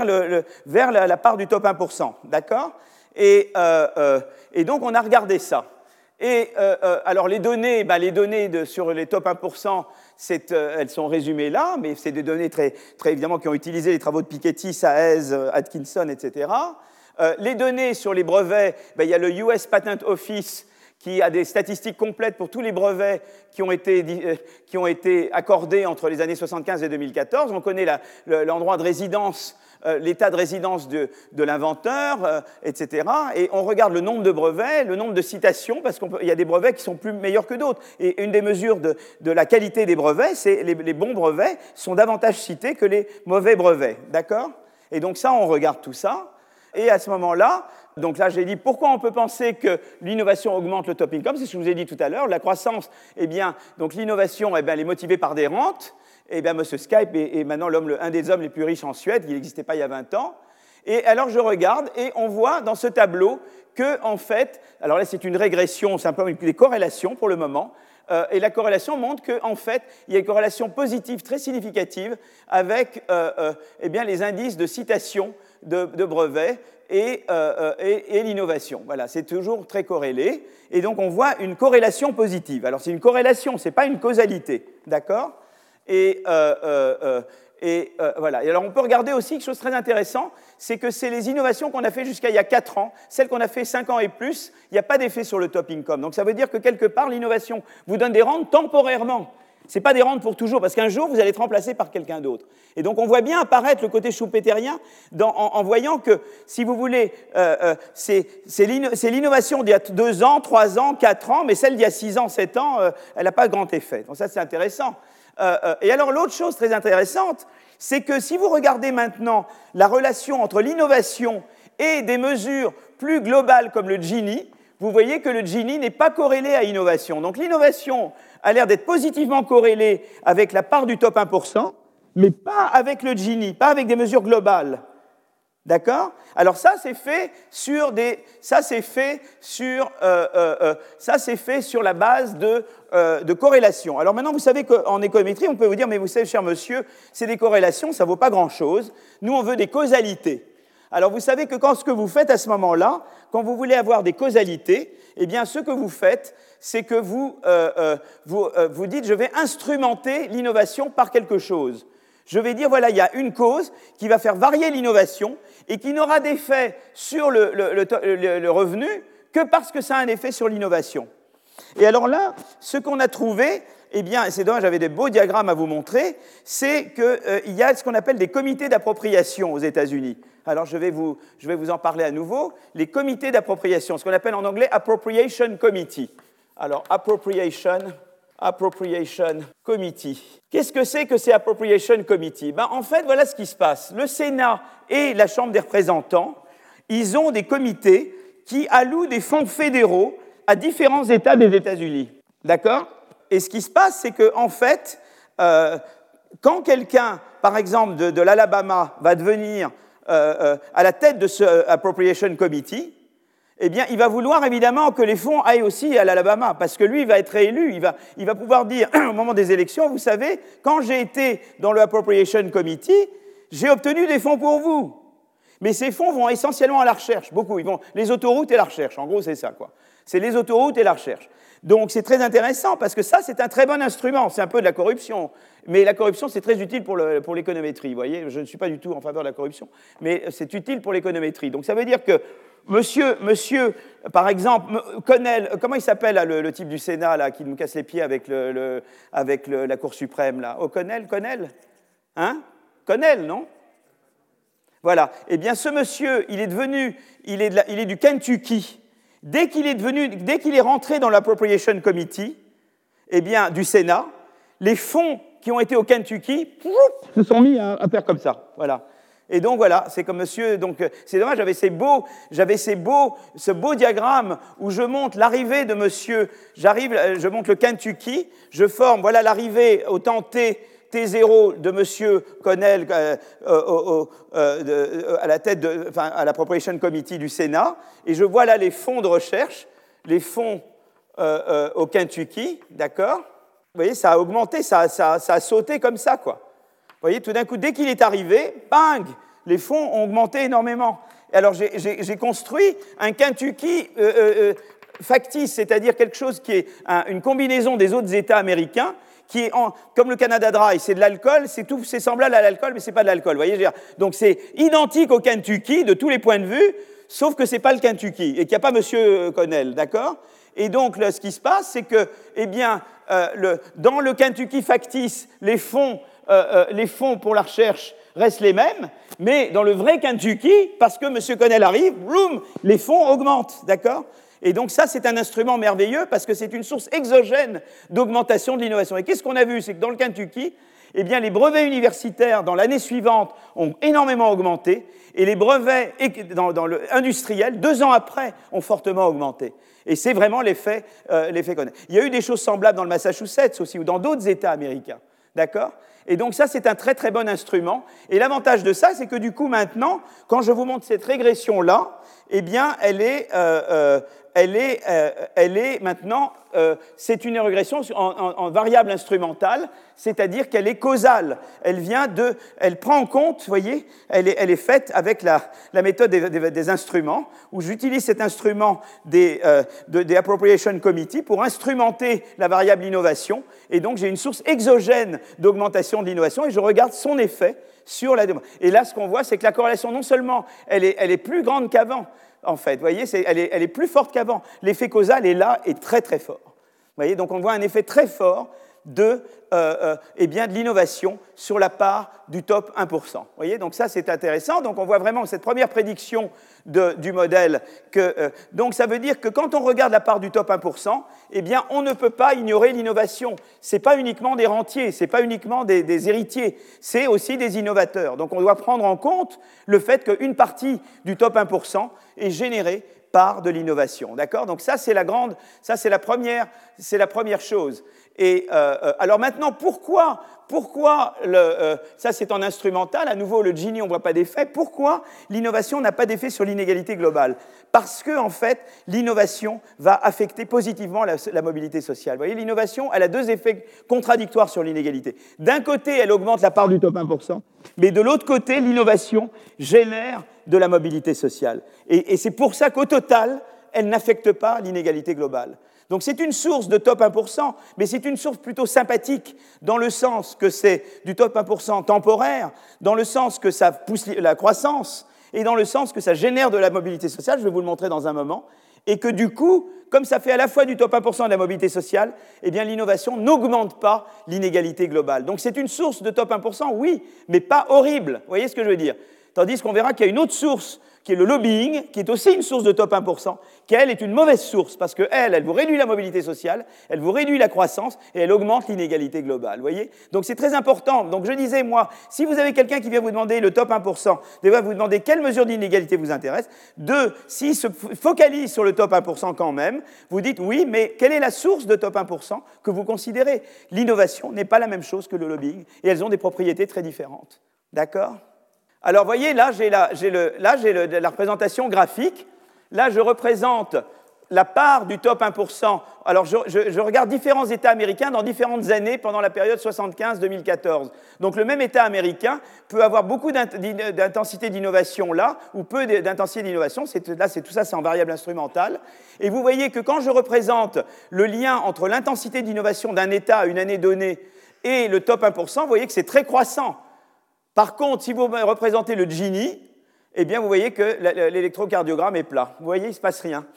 la part du top 1%. D'accord ? Et donc, on a regardé ça. Et alors, les données sur les top 1%, elles sont résumées là, mais c'est des données très, très évidemment qui ont utilisé les travaux de Piketty, Saez, Atkinson, etc. Les données sur les brevets, il y a le US Patent Office qui a des statistiques complètes pour tous les brevets qui ont été accordés entre les années 1975 et 2014. On connaît l'endroit de résidence, l'état de résidence de l'inventeur, etc. Et on regarde le nombre de brevets, le nombre de citations, parce qu'il y a des brevets qui sont plus meilleurs que d'autres. Et une des mesures de la qualité des brevets, c'est les bons brevets sont davantage cités que les mauvais brevets. D'accord ? Et donc ça, on regarde tout ça. Et à ce moment-là, donc là, j'ai dit pourquoi on peut penser que l'innovation augmente le top income, c'est ce que je vous ai dit tout à l'heure. La croissance, eh bien, donc l'innovation, eh bien, elle est motivée par des rentes. Eh bien, M. Skype est maintenant un des hommes les plus riches en Suède, qui n'existait pas il y a 20 ans. Et alors, je regarde et on voit dans ce tableau que, en fait, alors là, c'est une régression, simplement des corrélations pour le moment. Et la corrélation montre qu'en fait, il y a une corrélation positive très significative avec eh bien, les indices de citation de brevets et l'innovation. Voilà, c'est toujours très corrélé. Et donc, on voit une corrélation positive. Alors, c'est une corrélation, ce n'est pas une causalité. D'accord ? Et voilà. Et alors, on peut regarder aussi quelque chose de très intéressant, c'est que c'est les innovations qu'on a fait jusqu'à il y a 4 ans, celles qu'on a fait 5 ans et plus, il n'y a pas d'effet sur le top income. Donc, ça veut dire que quelque part, l'innovation vous donne des rentes temporairement. Ce n'est pas des rentes pour toujours, parce qu'un jour, vous allez être remplacé par quelqu'un d'autre. Et donc, on voit bien apparaître le côté schumpeterien en voyant que, si vous voulez, c'est l'innovation d'il y a 2 ans, 3 ans, 4 ans, mais celle d'il y a 6 ans, 7 ans, elle n'a pas grand effet. Donc ça, c'est intéressant. Et alors, l'autre chose très intéressante, c'est que si vous regardez maintenant la relation entre l'innovation et des mesures plus globales comme le Gini, vous voyez que le Gini n'est pas corrélé à l'innovation. Donc l'innovation a l'air d'être positivement corrélée avec la part du top 1%, mais pas avec le Gini, pas avec des mesures globales. D'accord? Alors ça c'est fait sur la base de corrélations. Alors maintenant vous savez qu'en économétrie on peut vous dire mais vous savez cher monsieur c'est des corrélations ça vaut pas grand chose. Nous on veut des causalités. Alors vous savez que ce que vous faites à ce moment-là quand vous voulez avoir des causalités eh bien ce que vous faites c'est que vous dites je vais instrumenter l'innovation par quelque chose. Je vais dire, voilà, il y a une cause qui va faire varier l'innovation et qui n'aura d'effet sur le revenu que parce que ça a un effet sur l'innovation. Et alors là, ce qu'on a trouvé, eh bien, c'est dommage, j'avais des beaux diagrammes à vous montrer, c'est qu'il y a ce qu'on appelle des comités d'appropriation aux États-Unis. Alors, je vais vous en parler à nouveau. Les comités d'appropriation, ce qu'on appelle en anglais Appropriation Committee. Alors, Appropriation Committee. Qu'est-ce que c'est que ces Appropriation Committee? En fait, voilà ce qui se passe. Le Sénat et la Chambre des représentants, ils ont des comités qui allouent des fonds fédéraux à différents États des États-Unis. D'accord? Et ce qui se passe, c'est qu'en fait, quand quelqu'un, par exemple, de l'Alabama va devenir à la tête de ce Appropriation Committee, eh bien, il va vouloir évidemment que les fonds aillent aussi à l'Alabama, parce que lui, il va être réélu, il va pouvoir dire au moment des élections, vous savez, quand j'ai été dans le Appropriation Committee, j'ai obtenu des fonds pour vous. Mais ces fonds vont essentiellement à la recherche, beaucoup. Ils vont les autoroutes et la recherche, en gros, c'est ça, quoi. C'est les autoroutes et la recherche. Donc, c'est très intéressant, parce que ça, c'est un très bon instrument. C'est un peu de la corruption. Mais la corruption, c'est très utile pour l'économétrie, vous voyez. Je ne suis pas du tout en faveur de la corruption, mais c'est utile pour l'économétrie. Donc, ça veut dire que Monsieur, par exemple, Connell, comment il s'appelle là, le type du Sénat là, qui nous casse les pieds avec la Cour suprême là? Connell? Hein? Connell, non? Voilà. Eh bien, ce monsieur, il est du Kentucky. Dès qu'il est rentré dans l'Appropriation Committee, eh bien, du Sénat, les fonds qui ont été au Kentucky se sont mis à faire comme ça. Voilà. Et donc voilà, c'est comme monsieur, donc c'est dommage, ce beau diagramme où je montre l'arrivée de monsieur, je montre le Kentucky, je forme, voilà l'arrivée au temps T0 de monsieur Connell à la tête à l'Appropriation Committee du Sénat, et je vois là les fonds de recherche, les fonds au Kentucky, d'accord? Vous voyez, ça a augmenté, ça a sauté comme ça, quoi. Vous voyez, tout d'un coup, dès qu'il est arrivé, bang, les fonds ont augmenté énormément. Alors, j'ai construit un Kentucky factice, c'est-à-dire quelque chose qui est une combinaison des autres États américains, qui est comme le Canada Dry, c'est de l'alcool, c'est semblable à l'alcool, mais c'est pas de l'alcool. Vous voyez, donc c'est identique au Kentucky de tous les points de vue, sauf que c'est pas le Kentucky et qu'il n'y a pas Monsieur Connell, d'accord? Et donc, là, ce qui se passe, c'est que, eh bien, dans le Kentucky factice, les fonds pour la recherche restent les mêmes, mais dans le vrai Kentucky, parce que M. Connell arrive, boum, les fonds augmentent, d'accord? Et donc ça, c'est un instrument merveilleux parce que c'est une source exogène d'augmentation de l'innovation. Et qu'est-ce qu'on a vu? C'est que dans le Kentucky, eh bien, les brevets universitaires, dans l'année suivante, ont énormément augmenté, et les brevets dans le industriel, 2 ans après, ont fortement augmenté. Et c'est vraiment l'effet Connell. Il y a eu des choses semblables dans le Massachusetts aussi, ou dans d'autres États américains. D'accord? Et donc ça, c'est un très très bon instrument. Et l'avantage de ça, c'est que du coup, maintenant, quand je vous montre cette régression-là, eh bien, elle est maintenant, c'est une régression en variable instrumentale, c'est-à-dire qu'elle est causale. Elle prend en compte, vous voyez, elle est faite avec la méthode des instruments, où j'utilise cet instrument des Appropriation Committee pour instrumenter la variable innovation, et donc j'ai une source exogène d'augmentation de l'innovation, et je regarde son effet sur la demande. Et là, ce qu'on voit, c'est que la corrélation, non seulement elle est plus grande qu'avant, en fait, vous voyez, elle est plus forte qu'avant. L'effet causal est là et très très fort. Vous voyez, donc on voit un effet très fort de l'innovation sur la part du top 1%. Vous voyez, donc ça c'est intéressant. Donc on voit vraiment cette première prédiction du modèle. Donc ça veut dire que quand on regarde la part du top 1%, eh bien on ne peut pas ignorer l'innovation. Ce n'est pas uniquement des rentiers, ce n'est pas uniquement des héritiers, c'est aussi des innovateurs. Donc on doit prendre en compte le fait qu'une partie du top 1% est générée par de l'innovation, d'accord? Donc ça c'est la première chose. Et alors maintenant, pourquoi ça c'est en instrumental, à nouveau le Gini on ne voit pas d'effet, pourquoi l'innovation n'a pas d'effet sur l'inégalité globale? Parce que en fait, l'innovation va affecter positivement la mobilité sociale. Vous voyez, l'innovation, elle a deux effets contradictoires sur l'inégalité. D'un côté, elle augmente la part du top 1%, mais de l'autre côté, l'innovation génère de la mobilité sociale. Et c'est pour ça qu'au total, elle n'affecte pas l'inégalité globale. Donc c'est une source de top 1%, mais c'est une source plutôt sympathique, dans le sens que c'est du top 1% temporaire, dans le sens que ça pousse la croissance, et dans le sens que ça génère de la mobilité sociale, je vais vous le montrer dans un moment, et que du coup, comme ça fait à la fois du top 1% et de la mobilité sociale, eh bien l'innovation n'augmente pas l'inégalité globale. Donc c'est une source de top 1%, oui, mais pas horrible, vous voyez ce que je veux dire? Tandis qu'on verra qu'il y a une autre source, qui est le lobbying, qui est aussi une source de top 1%, qui, elle, est une mauvaise source, parce qu'elle vous réduit la mobilité sociale, elle vous réduit la croissance, et elle augmente l'inégalité globale, vous voyez? Donc c'est très important. Donc je disais, moi, si vous avez quelqu'un qui vient vous demander le top 1%, déjà vous demandez quelle mesure d'inégalité vous intéresse. Deux, s'il se focalise sur le top 1% quand même, vous dites oui, mais quelle est la source de top 1% que vous considérez? L'innovation n'est pas la même chose que le lobbying, et elles ont des propriétés très différentes. D'accord? Alors, vous voyez, là, j'ai la représentation graphique. Là, je représente la part du top 1%. Alors, je regarde différents États américains dans différentes années pendant la période 75-2014. Donc, le même État américain peut avoir beaucoup d'intensité d'innovation là, ou peu d'intensité d'innovation. Là, tout ça, c'est en variable instrumentale. Et vous voyez que quand je représente le lien entre l'intensité d'innovation d'un État à une année donnée et le top 1%, vous voyez que c'est très croissant. Par contre, si vous représentez le Gini, eh bien, vous voyez que l'électrocardiogramme est plat. Vous voyez, il ne se passe rien.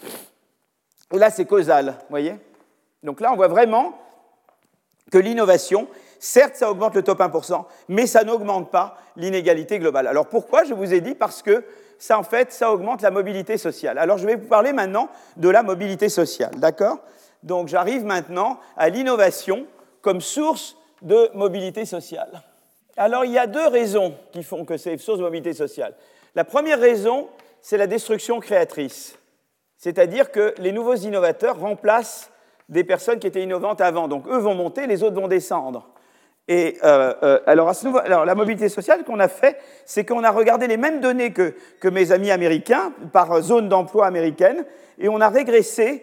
Et là, c'est causal, vous voyez? Donc là, on voit vraiment que l'innovation, certes, ça augmente le top 1%, mais ça n'augmente pas l'inégalité globale. Alors pourquoi? Je vous ai dit parce que ça, en fait, ça augmente la mobilité sociale. Alors, je vais vous parler maintenant de la mobilité sociale, d'accord? Donc, j'arrive maintenant à l'innovation comme source de mobilité sociale. Alors, il y a deux raisons qui font que c'est une source de mobilité sociale. La première raison, c'est la destruction créatrice. C'est-à-dire que les nouveaux innovateurs remplacent des personnes qui étaient innovantes avant. Donc, eux vont monter, les autres vont descendre. Et alors, la mobilité sociale qu'on a fait, c'est qu'on a regardé les mêmes données que mes amis américains, par zone d'emploi américaine, et on a régressé,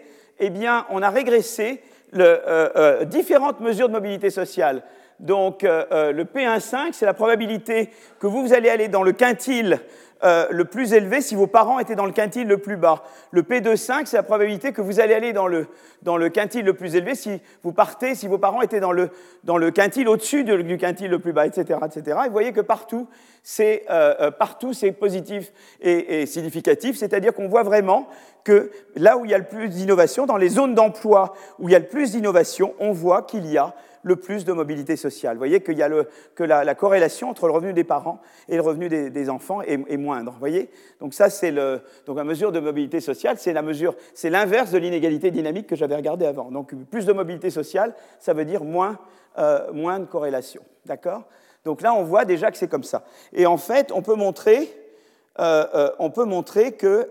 différentes mesures de mobilité sociale. Donc, le P1,5, c'est la probabilité que vous allez aller dans le quintile le plus élevé si vos parents étaient dans le quintile le plus bas. Le P2,5, c'est la probabilité que vous allez aller dans le quintile le plus élevé si vos parents étaient dans le quintile au-dessus du quintile le plus bas, etc., etc. Et vous voyez que partout, c'est positif et significatif, c'est-à-dire qu'on voit vraiment que là où il y a le plus d'innovation, dans les zones d'emploi où il y a le plus d'innovation, on voit qu'il y a le plus de mobilité sociale. Vous voyez que la corrélation entre le revenu des parents et le revenu des enfants est moindre. Vous voyez? Donc ça, donc la mesure de mobilité sociale, c'est l'inverse de l'inégalité dynamique que j'avais regardé avant. Donc plus de mobilité sociale, ça veut dire moins de corrélation. D'accord? Donc là, on voit déjà que c'est comme ça. Et en fait, on peut montrer que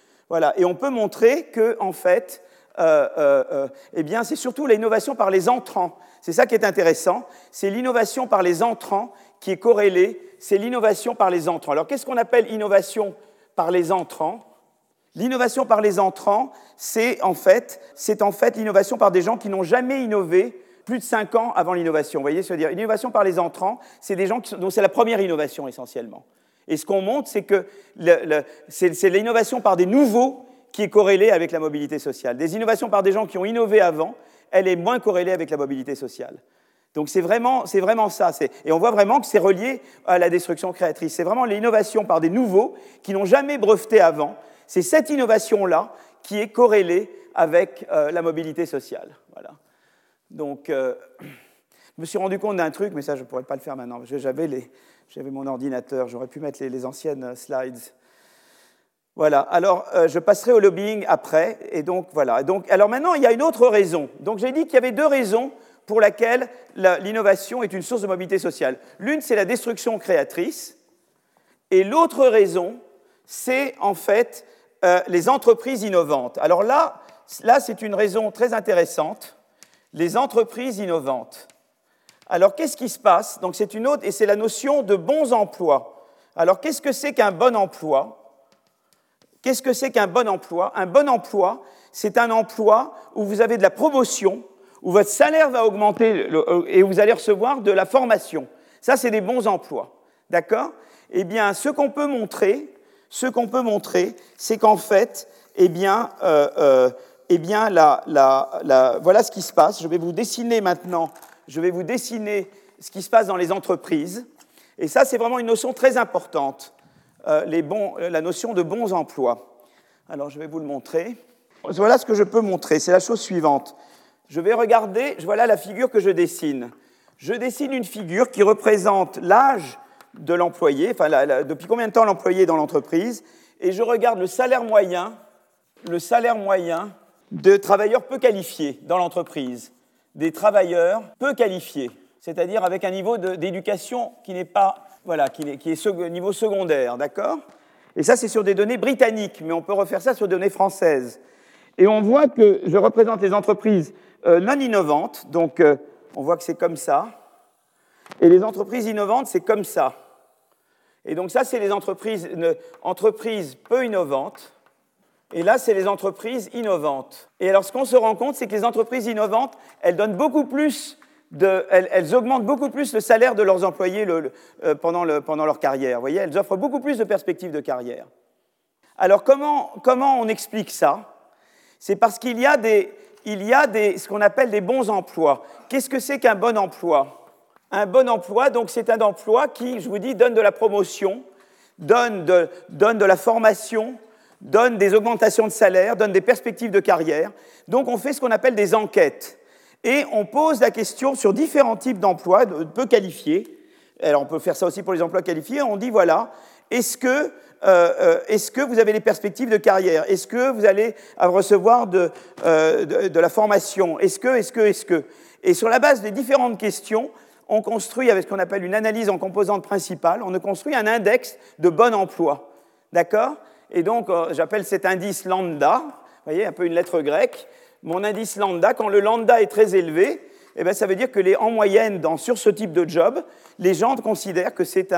en fait, eh bien, c'est surtout l'innovation par les entrants. C'est ça qui est intéressant. C'est l'innovation par les entrants qui est corrélée. C'est l'innovation par les entrants. Alors, qu'est-ce qu'on appelle innovation par les entrants? L'innovation par les entrants, c'est en fait l'innovation par des gens qui n'ont jamais innové plus de 5 ans avant l'innovation. Vous voyez, c'est-à-dire l'innovation par les entrants, c'est des gens dont c'est la première innovation essentiellement. Et ce qu'on montre, c'est que c'est l'innovation par des nouveaux qui est corrélée avec la mobilité sociale. Des innovations par des gens qui ont innové avant, elle est moins corrélée avec la mobilité sociale. Donc c'est vraiment ça. Et on voit vraiment que c'est relié à la destruction créatrice. C'est vraiment l'innovation par des nouveaux qui n'ont jamais breveté avant. C'est cette innovation-là qui est corrélée avec la mobilité sociale. Voilà. Donc, je me suis rendu compte d'un truc, mais ça, je ne pourrais pas le faire maintenant. J'avais mon ordinateur, j'aurais pu mettre les anciennes slides. Voilà, alors je passerai au lobbying après, et donc voilà. Alors maintenant, il y a une autre raison. Donc j'ai dit qu'il y avait deux raisons pour lesquelles l'innovation est une source de mobilité sociale. L'une, c'est la destruction créatrice, et l'autre raison, c'est en fait les entreprises innovantes. Alors là, c'est une raison très intéressante, les entreprises innovantes. Alors, qu'est-ce qui se passe? Donc, c'est une autre, et c'est la notion de bons emplois. Alors, qu'est-ce que c'est qu'un bon emploi? Qu'est-ce que c'est qu'un bon emploi? Un bon emploi, c'est un emploi où vous avez de la promotion, où votre salaire va augmenter et où vous allez recevoir de la formation. Ça, c'est des bons emplois. D'accord? Eh bien, ce qu'on peut montrer, c'est qu'en fait, voilà ce qui se passe. Je vais vous dessiner maintenant, ce qui se passe dans les entreprises. Et ça, c'est vraiment une notion très importante, la notion de bons emplois. Alors, je vais vous le montrer. Voilà ce que je peux montrer, c'est la chose suivante. Je vais regarder, voilà la figure que je dessine. Je dessine une figure qui représente l'âge de l'employé, enfin, depuis combien de temps l'employé est dans l'entreprise, et je regarde le salaire moyen de travailleurs peu qualifiés dans l'entreprise, des travailleurs peu qualifiés, c'est-à-dire avec un niveau d'éducation qui n'est pas, qui est niveau secondaire, d'accord? Et ça, c'est sur des données britanniques, mais on peut refaire ça sur des données françaises. Et on voit que je représente les entreprises non innovantes, donc on voit que c'est comme ça, et les entreprises innovantes, c'est comme ça. Et donc ça, c'est les entreprises peu innovantes, et là, c'est les entreprises innovantes. Et alors, ce qu'on se rend compte, c'est que les entreprises innovantes, elles donnent beaucoup plus elles augmentent beaucoup plus le salaire de leurs employés pendant leur carrière. Vous voyez, elles offrent beaucoup plus de perspectives de carrière. Alors, comment on explique ça? C'est parce qu'il y a ce qu'on appelle des bons emplois. Qu'est-ce que c'est qu'un bon emploi? Un bon emploi, donc, c'est un emploi qui, je vous dis, donne de la promotion, donne de la formation, donne des augmentations de salaire, donne des perspectives de carrière. Donc, on fait ce qu'on appelle des enquêtes. Et on pose la question sur différents types d'emplois peu qualifiés. Alors, on peut faire ça aussi pour les emplois qualifiés. On dit, voilà, est-ce que vous avez des perspectives de carrière? Est-ce que vous allez recevoir de la formation? Est-ce que? Et sur la base des différentes questions, on construit, avec ce qu'on appelle une analyse en composantes principales, on construit un index de bon emploi. D'accord? Et donc, j'appelle cet indice lambda, vous voyez, un peu une lettre grecque. Mon indice lambda, quand le lambda est très élevé, eh bien, ça veut dire que en moyenne, sur ce type de job, les gens considèrent que c'est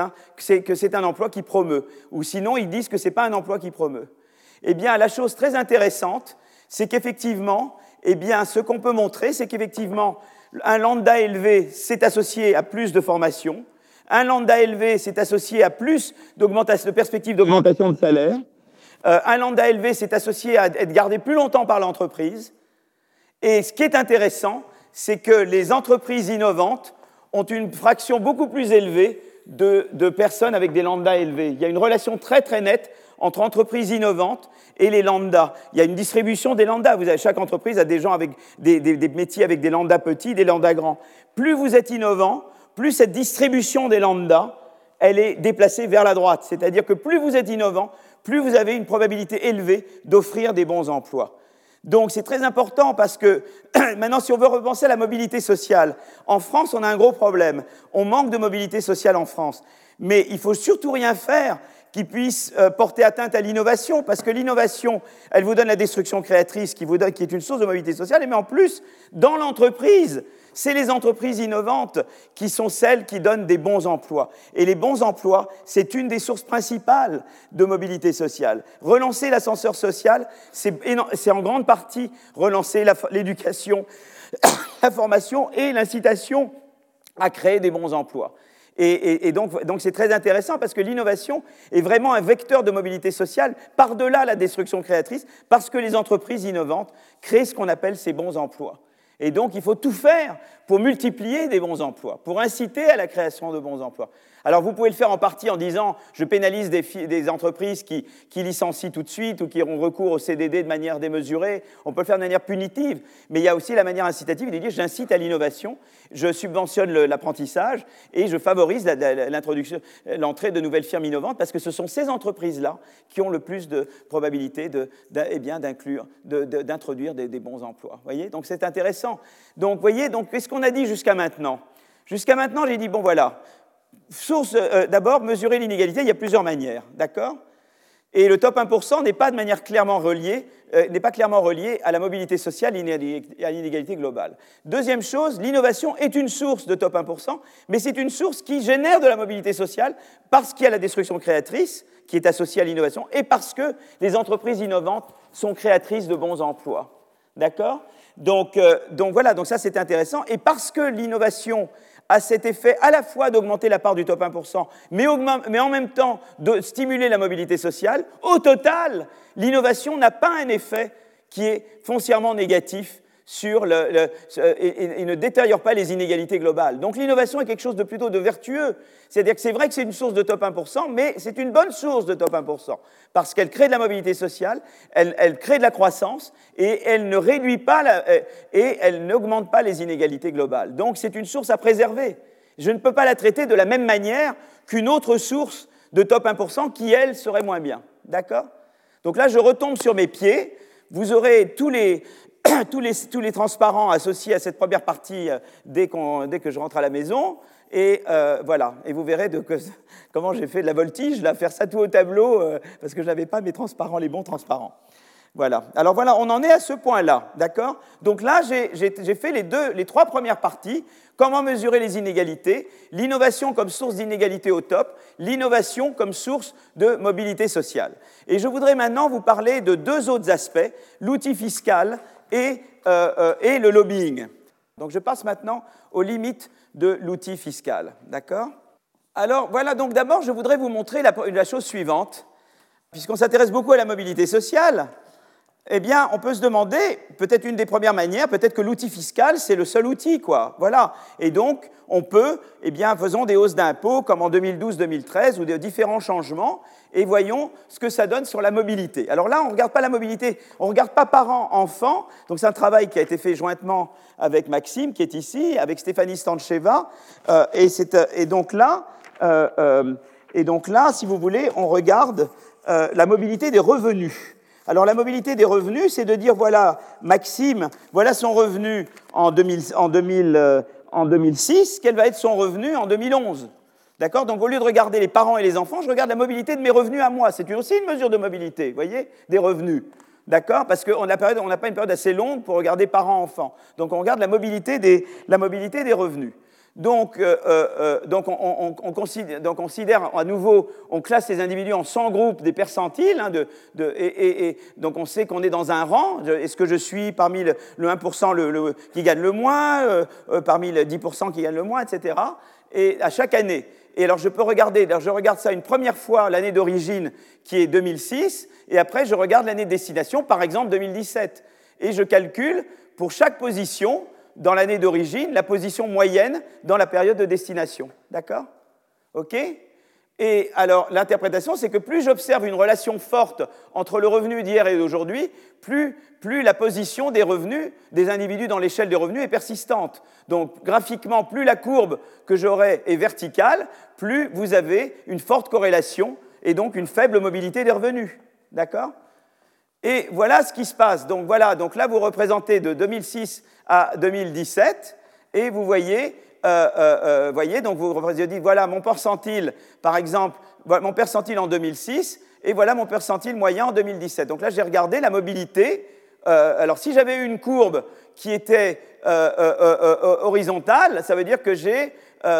un emploi qui promeut. Ou sinon, ils disent que ce n'est pas un emploi qui promeut. Eh bien, la chose très intéressante, c'est qu'effectivement, eh bien, ce qu'on peut montrer, c'est qu'effectivement, un lambda élevé, c'est associé à plus de formation. Un lambda élevé, c'est associé à plus de perspectives d'augmentation de salaire. Un lambda élevé, c'est associé à être gardé plus longtemps par l'entreprise. Et ce qui est intéressant, c'est que les entreprises innovantes ont une fraction beaucoup plus élevée de personnes avec des lambdas élevés. Il y a une relation très très nette entre entreprises innovantes et les lambdas. Il y a une distribution des lambdas. Chaque entreprise a des gens avec des métiers avec des lambdas petits, des lambdas grands. Plus vous êtes innovant, plus cette distribution des lambdas, elle est déplacée vers la droite. C'est-à-dire que plus vous êtes innovant, plus vous avez une probabilité élevée d'offrir des bons emplois. Donc c'est très important parce que maintenant, si on veut repenser à la mobilité sociale, en France, on a un gros problème. On manque de mobilité sociale en France. Mais il ne faut surtout rien faire qui puisse porter atteinte à l'innovation, parce que l'innovation, elle vous donne la destruction créatrice qui est une source de mobilité sociale, mais en plus, dans l'entreprise, c'est les entreprises innovantes qui sont celles qui donnent des bons emplois. Et les bons emplois, c'est une des sources principales de mobilité sociale. Relancer l'ascenseur social, c'est en grande partie relancer l'éducation, la formation et l'incitation à créer des bons emplois. Et donc c'est très intéressant parce que l'innovation est vraiment un vecteur de mobilité sociale par-delà la destruction créatrice, parce que les entreprises innovantes créent ce qu'on appelle ces bons emplois. Et donc, il faut tout faire pour multiplier des bons emplois, pour inciter à la création de bons emplois. Alors, vous pouvez le faire en partie en disant « je pénalise des entreprises qui licencient tout de suite ou qui auront recours au CDD de manière démesurée ». On peut le faire de manière punitive, mais il y a aussi la manière incitative de dire « j'incite à l'innovation, je subventionne l'apprentissage et je favorise l'entrée de nouvelles firmes innovantes » parce que ce sont ces entreprises-là qui ont le plus de probabilité d'introduire des bons emplois. Vous voyez ? Donc, c'est intéressant. Donc, vous voyez, qu'est-ce qu'on a dit jusqu'à maintenant ? Jusqu'à maintenant, j'ai dit, bon, voilà, d'abord, mesurer l'inégalité, il y a plusieurs manières, d'accord ? Et le top 1% n'est pas de manière clairement relié, à la mobilité sociale et à l'inégalité globale. Deuxième chose, l'innovation est une source de top 1%, mais c'est une source qui génère de la mobilité sociale parce qu'il y a la destruction créatrice qui est associée à l'innovation et parce que les entreprises innovantes sont créatrices de bons emplois. D'accord ? Donc voilà, donc ça c'est intéressant. Et parce que l'innovation a cet effet à la fois d'augmenter la part du top 1%, mais en même temps de stimuler la mobilité sociale, au total, l'innovation n'a pas un effet qui est foncièrement négatif et ne détériore pas les inégalités globales. Donc l'innovation est quelque chose de plutôt de vertueux. C'est-à-dire que c'est vrai que c'est une source de top 1%, mais c'est une bonne source de top 1%, parce qu'elle crée de la mobilité sociale, elle crée de la croissance, et elle ne réduit pas, et elle n'augmente pas les inégalités globales. Donc c'est une source à préserver. Je ne peux pas la traiter de la même manière qu'une autre source de top 1% qui, elle, serait moins bien. D'accord ? Donc là, je retombe sur mes pieds. Vous aurez tous les transparents associés à cette première partie dès que je rentre à la maison. Et voilà. Et vous verrez comment j'ai fait de la voltige, là, faire ça tout au tableau, parce que je n'avais pas mes transparents, les bons transparents. Voilà. Alors voilà, on en est à ce point-là, d'accord ? Donc là, j'ai fait les trois premières parties. Comment mesurer les inégalités ? L'innovation comme source d'inégalité au top, l'innovation comme source de mobilité sociale. Et je voudrais maintenant vous parler de deux autres aspects, l'outil fiscal et le lobbying. Donc je passe maintenant aux limites de l'outil fiscal, d'accord ? Alors voilà, donc d'abord, je voudrais vous montrer la chose suivante. Puisqu'on s'intéresse beaucoup à la mobilité sociale, eh bien, on peut se demander, peut-être une des premières manières, peut-être que l'outil fiscal, c'est le seul outil, quoi. Voilà. Et donc, on peut, eh bien, faisons des hausses d'impôts, comme en 2012-2013, ou des différents changements, et voyons ce que ça donne sur la mobilité. Alors là, on ne regarde pas la mobilité, on ne regarde pas parents-enfants, donc c'est un travail qui a été fait jointement avec Maxime, qui est ici, avec Stéphanie Stancheva, et donc là, si vous voulez, on regarde la mobilité des revenus. Alors la mobilité des revenus, c'est de dire, voilà, Maxime, voilà son revenu en 2006, quel va être son revenu en 2011 ? D'accord ? Donc au lieu de regarder les parents et les enfants, je regarde la mobilité de mes revenus à moi. C'est aussi une mesure de mobilité, vous voyez, des revenus. D'accord ? Parce qu'on n'a pas une période assez longue pour regarder parents-enfants. Donc on regarde la mobilité des revenus. Donc on considère à nouveau, on classe les individus en 100 groupes des percentiles, et donc on sait qu'on est dans un rang. Est-ce que je suis parmi le 1% qui gagne le moins, parmi le 10% qui gagne le moins, etc. Et à chaque année. Et alors je regarde ça une première fois l'année d'origine qui est 2006, et après je regarde l'année de destination, par exemple 2017. Et je calcule pour chaque position dans l'année d'origine, la position moyenne dans la période de destination. D'accord ? OK ? Et alors, l'interprétation, c'est que plus j'observe une relation forte entre le revenu d'hier et d'aujourd'hui, plus la position des revenus des individus dans l'échelle des revenus est persistante. Donc, graphiquement, plus la courbe que j'aurai est verticale, plus vous avez une forte corrélation et donc une faible mobilité des revenus. D'accord ? Et voilà ce qui se passe. Donc voilà, donc là vous représentez de 2006 à 2017 et vous voyez, donc vous dites voilà mon percentile, par exemple, mon percentile en 2006 et voilà mon percentile moyen en 2017. Donc là j'ai regardé la mobilité. Alors si j'avais eu une courbe qui était horizontale, ça veut dire que j'ai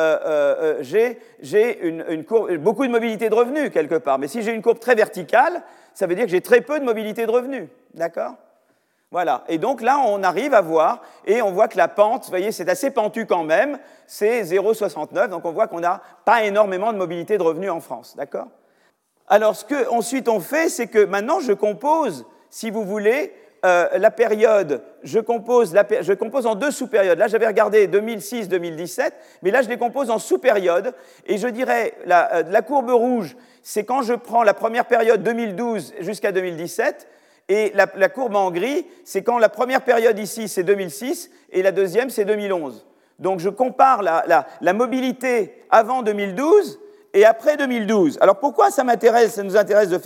beaucoup de mobilité de revenus quelque part. Mais si j'ai une courbe très verticale, ça veut dire que j'ai très peu de mobilité de revenus. D'accord ? Voilà. Et donc là, on arrive à voir, et on voit que la pente, vous voyez, c'est assez pentu quand même, c'est 0,69, donc on voit qu'on n'a pas énormément de mobilité de revenus en France. D'accord ? Alors, ce qu'ensuite on fait, c'est que maintenant, je compose, si vous voulez, la période, je compose en deux sous-périodes. Là, j'avais regardé 2006-2017, mais là, je les compose en sous-périodes. Et je dirais, la courbe rouge, c'est quand je prends la première période 2012 jusqu'à 2017, et la courbe en gris, c'est quand la première période ici, c'est 2006, et la deuxième, c'est 2011. Donc, je compare la mobilité avant 2012 et après 2012. Alors, pourquoi ça nous intéresse de faire ça ?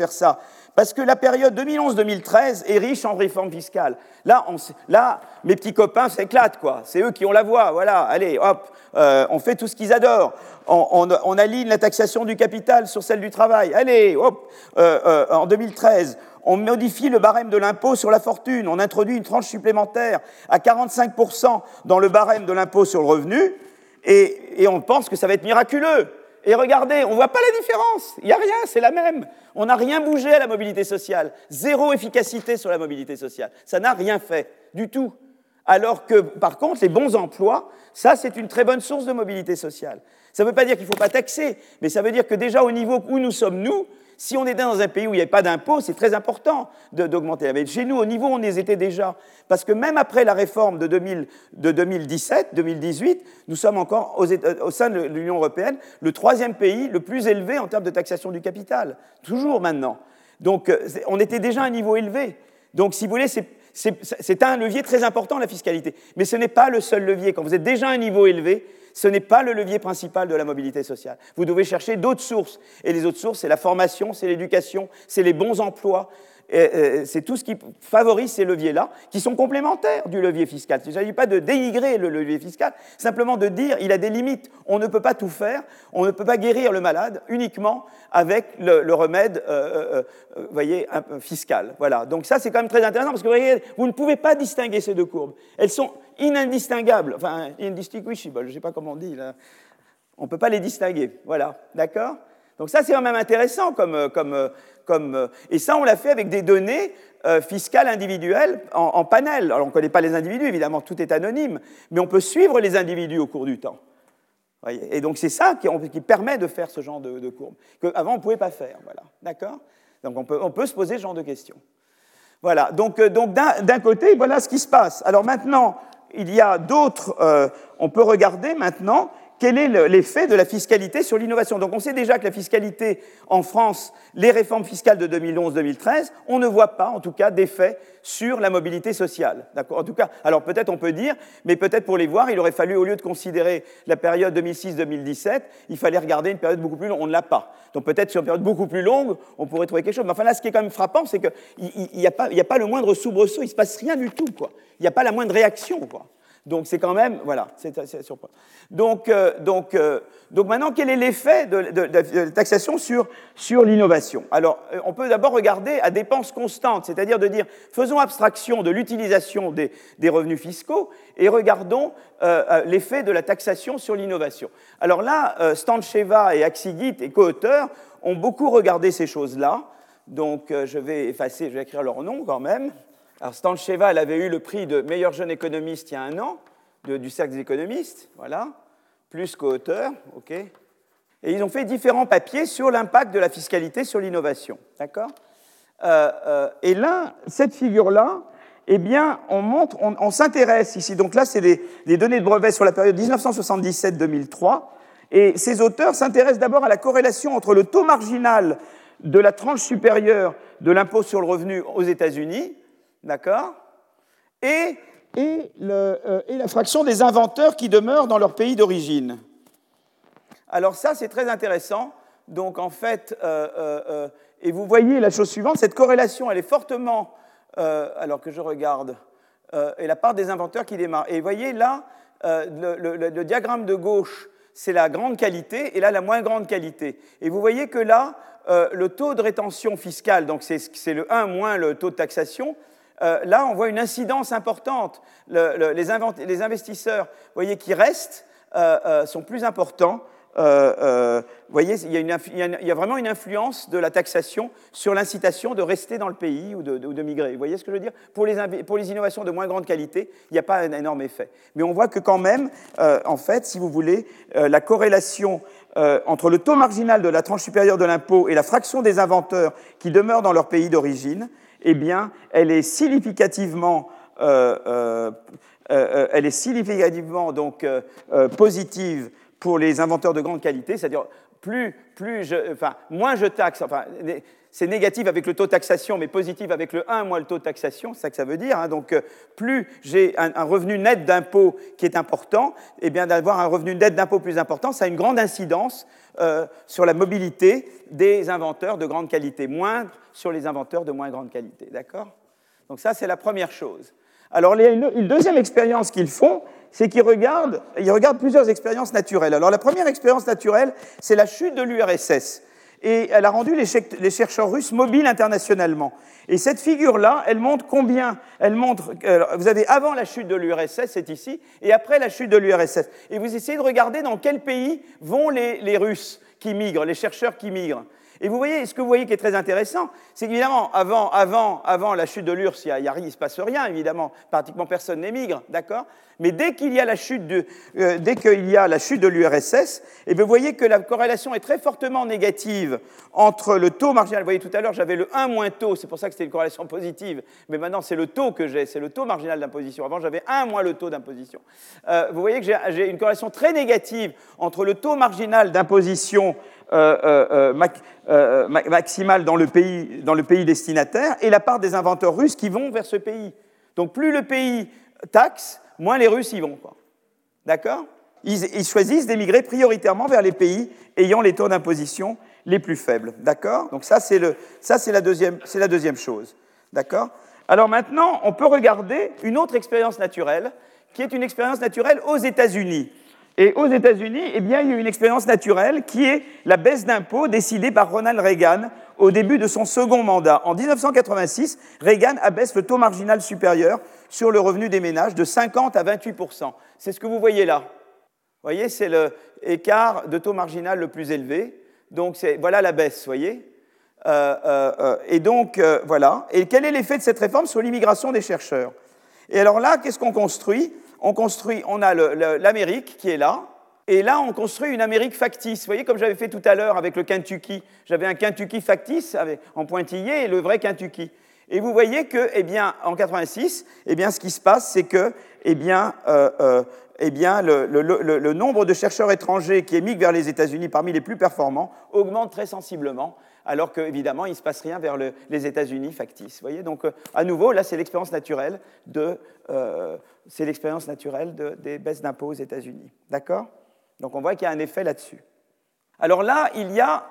Parce que la période 2011-2013 est riche en réformes fiscales. Là, mes petits copains s'éclatent, quoi. C'est eux qui ont la voix, voilà. Allez, hop, on fait tout ce qu'ils adorent. On aligne la taxation du capital sur celle du travail. Allez, hop, en 2013, on modifie le barème de l'impôt sur la fortune. On introduit une tranche supplémentaire à 45% dans le barème de l'impôt sur le revenu. Et on pense que ça va être miraculeux. Et regardez, on ne voit pas la différence. Il n'y a rien, c'est la même. On n'a rien bougé à la mobilité sociale. Zéro efficacité sur la mobilité sociale. Ça n'a rien fait, du tout. Alors que, par contre, les bons emplois, ça, c'est une très bonne source de mobilité sociale. Ça ne veut pas dire qu'il ne faut pas taxer, mais ça veut dire que déjà, au niveau où nous sommes, nous, si on est dans un pays où il n'y a pas d'impôt, c'est très important d'augmenter. Mais chez nous, au niveau où on y était déjà, parce que même après la réforme de 2017, 2018, nous sommes encore au sein de l'Union européenne le troisième pays le plus élevé en termes de taxation du capital, toujours maintenant. Donc, on était déjà à un niveau élevé. Donc, si vous voulez, c'est un levier très important, la fiscalité. Mais ce n'est pas le seul levier. Quand vous êtes déjà à un niveau élevé, ce n'est pas le levier principal de la mobilité sociale. Vous devez chercher d'autres sources. Et les autres sources, c'est la formation, c'est l'éducation, c'est les bons emplois. C'est tout ce qui favorise ces leviers-là, qui sont complémentaires du levier fiscal. Il ne s'agit pas de dénigrer le levier fiscal, simplement de dire qu'il a des limites. On ne peut pas tout faire, on ne peut pas guérir le malade uniquement avec le remède voyez, fiscal. Voilà. Donc ça, c'est quand même très intéressant, parce que vous ne pouvez pas distinguer ces deux courbes. Elles sont indistinguables, enfin, indistinguishable, je ne sais pas comment on dit, là. On ne peut pas les distinguer. Voilà, d'accord ? Donc ça, c'est quand même intéressant et ça, on l'a fait avec des données fiscales individuelles en panel. Alors, on ne connaît pas les individus, évidemment, tout est anonyme, mais on peut suivre les individus au cours du temps. Voyez, et donc, c'est ça qui permet de faire ce genre de courbe, qu'avant, on ne pouvait pas faire. Voilà, d'accord ? Donc, on peut se poser ce genre de questions. Voilà, donc d'un côté, voilà ce qui se passe. Alors maintenant, il y a d'autres... on peut regarder maintenant... Quel est l'effet de la fiscalité sur l'innovation? Donc on sait déjà que la fiscalité en France, les réformes fiscales de 2011-2013, on ne voit pas en tout cas d'effet sur la mobilité sociale. D'accord? En tout cas, alors peut-être on peut dire, mais peut-être pour les voir, il aurait fallu, au lieu de considérer la période 2006-2017, il fallait regarder une période beaucoup plus longue. On ne l'a pas. Donc peut-être sur une période beaucoup plus longue, on pourrait trouver quelque chose. Mais enfin là, ce qui est quand même frappant, c'est qu'il n'y a pas le moindre soubresaut, il ne se passe rien du tout, quoi. Il n'y a pas la moindre réaction, quoi. Donc c'est quand même, voilà, c'est surprenant. Donc maintenant, quel est l'effet de la taxation sur l'innovation? Alors, on peut d'abord regarder à dépenses constantes, c'est-à-dire de dire, faisons abstraction de l'utilisation des revenus fiscaux et regardons l'effet de la taxation sur l'innovation. Alors là, Stancheva et Aksigit et co-auteurs ont beaucoup regardé ces choses-là. Donc je vais écrire leur nom quand même. Alors, Stancheva, elle avait eu le prix de meilleur jeune économiste il y a 1 an, du Cercle des économistes, voilà, plus co-auteur, ok. Et ils ont fait différents papiers sur l'impact de la fiscalité sur l'innovation, d'accord. Et là, cette figure-là, eh bien, on s'intéresse ici, donc là, c'est des données de brevets sur la période 1977-2003, et ces auteurs s'intéressent d'abord à la corrélation entre le taux marginal de la tranche supérieure de l'impôt sur le revenu aux États-Unis, d'accord, et la fraction des inventeurs qui demeurent dans leur pays d'origine. Alors ça, c'est très intéressant. Donc en fait, et vous voyez la chose suivante, cette corrélation, elle est fortement, alors que je regarde, et la part des inventeurs qui démarrent. Et vous voyez là, le diagramme de gauche, c'est la grande qualité, et là, la moins grande qualité. Et vous voyez que là, le taux de rétention fiscale, donc c'est le 1 moins le taux de taxation, là, on voit une incidence importante. Les investisseurs, vous voyez, qui restent, sont plus importants. Vous voyez, il y a vraiment une influence de la taxation sur l'incitation de rester dans le pays ou de migrer. Vous voyez ce que je veux dire? Pour les innovations de moins grande qualité, il n'y a pas un énorme effet. Mais on voit que quand même, en fait, si vous voulez, la corrélation entre le taux marginal de la tranche supérieure de l'impôt et la fraction des inventeurs qui demeurent dans leur pays d'origine, eh bien, elle est significativement donc, positive pour les inventeurs de grande qualité, c'est-à-dire moins je taxe, c'est négatif avec le taux de taxation, mais positif avec le 1 moins le taux de taxation, c'est ça que ça veut dire. Hein. Donc, plus j'ai un revenu net d'impôt qui est important, eh bien, d'avoir un revenu net d'impôt plus important, ça a une grande incidence sur la mobilité des inventeurs de grande qualité, moindre sur les inventeurs de moins grande qualité. D'accord ? Donc ça, c'est la première chose. Alors, il y a une deuxième expérience qu'ils font, c'est qu'ils regardent plusieurs expériences naturelles. Alors, la première expérience naturelle, c'est la chute de l'URSS. Et elle a rendu les chercheurs russes mobiles internationalement. Et cette figure-là, elle montre vous avez avant la chute de l'URSS, c'est ici, et après la chute de l'URSS. Et vous essayez de regarder dans quel pays vont les Russes qui migrent, les chercheurs qui migrent. Et ce que vous voyez qui est très intéressant, c'est qu'évidemment, avant la chute de l'URSS, il ne se passe rien, évidemment, pratiquement personne n'émigre, d'accord ? Mais dès qu'il y a la chute de l'URSS, et vous voyez que la corrélation est très fortement négative entre le taux marginal. Vous voyez, tout à l'heure, j'avais le 1 moins taux, c'est pour ça que c'était une corrélation positive, mais maintenant, c'est le taux que j'ai, c'est le taux marginal d'imposition. Avant, j'avais 1 moins le taux d'imposition. Vous voyez que j'ai une corrélation très négative entre le taux marginal d'imposition maximale dans le pays destinataire et la part des inventeurs russes qui vont vers ce pays. Donc, plus le pays taxe, moins les Russes y vont. Quoi. D'accord ? Ils choisissent d'émigrer prioritairement vers les pays ayant les taux d'imposition les plus faibles. D'accord ? Donc ça, c'est la deuxième chose. D'accord ? Alors maintenant, on peut regarder une autre expérience naturelle, qui est une expérience naturelle aux États-Unis. Et aux États-Unis, eh bien, il y a une expérience naturelle qui est la baisse d'impôts décidée par Ronald Reagan au début de son second mandat. En 1986, Reagan abaisse le taux marginal supérieur sur le revenu des ménages de 50 à 28%. C'est ce que vous voyez là. Vous voyez, c'est l'écart de taux marginal le plus élevé. Donc, voilà la baisse, vous voyez. Et donc, voilà. Et quel est l'effet de cette réforme sur l'immigration des chercheurs ? Et alors là, qu'est-ce qu'on construit ? On a l'Amérique qui est là, et là, on construit une Amérique factice. Vous voyez, comme j'avais fait tout à l'heure avec le Kentucky, j'avais un Kentucky factice en pointillé et le vrai Kentucky. Et vous voyez que, eh bien, en 86, eh bien, ce qui se passe, c'est que, eh bien, le nombre de chercheurs étrangers qui émigrent vers les États-Unis parmi les plus performants augmente très sensiblement, alors qu'évidemment, il ne se passe rien vers les États-Unis factices. Vous voyez, donc, à nouveau, là, c'est l'expérience naturelle des baisses d'impôts aux États-Unis. D'accord ? Donc, on voit qu'il y a un effet là-dessus. Alors là, il y a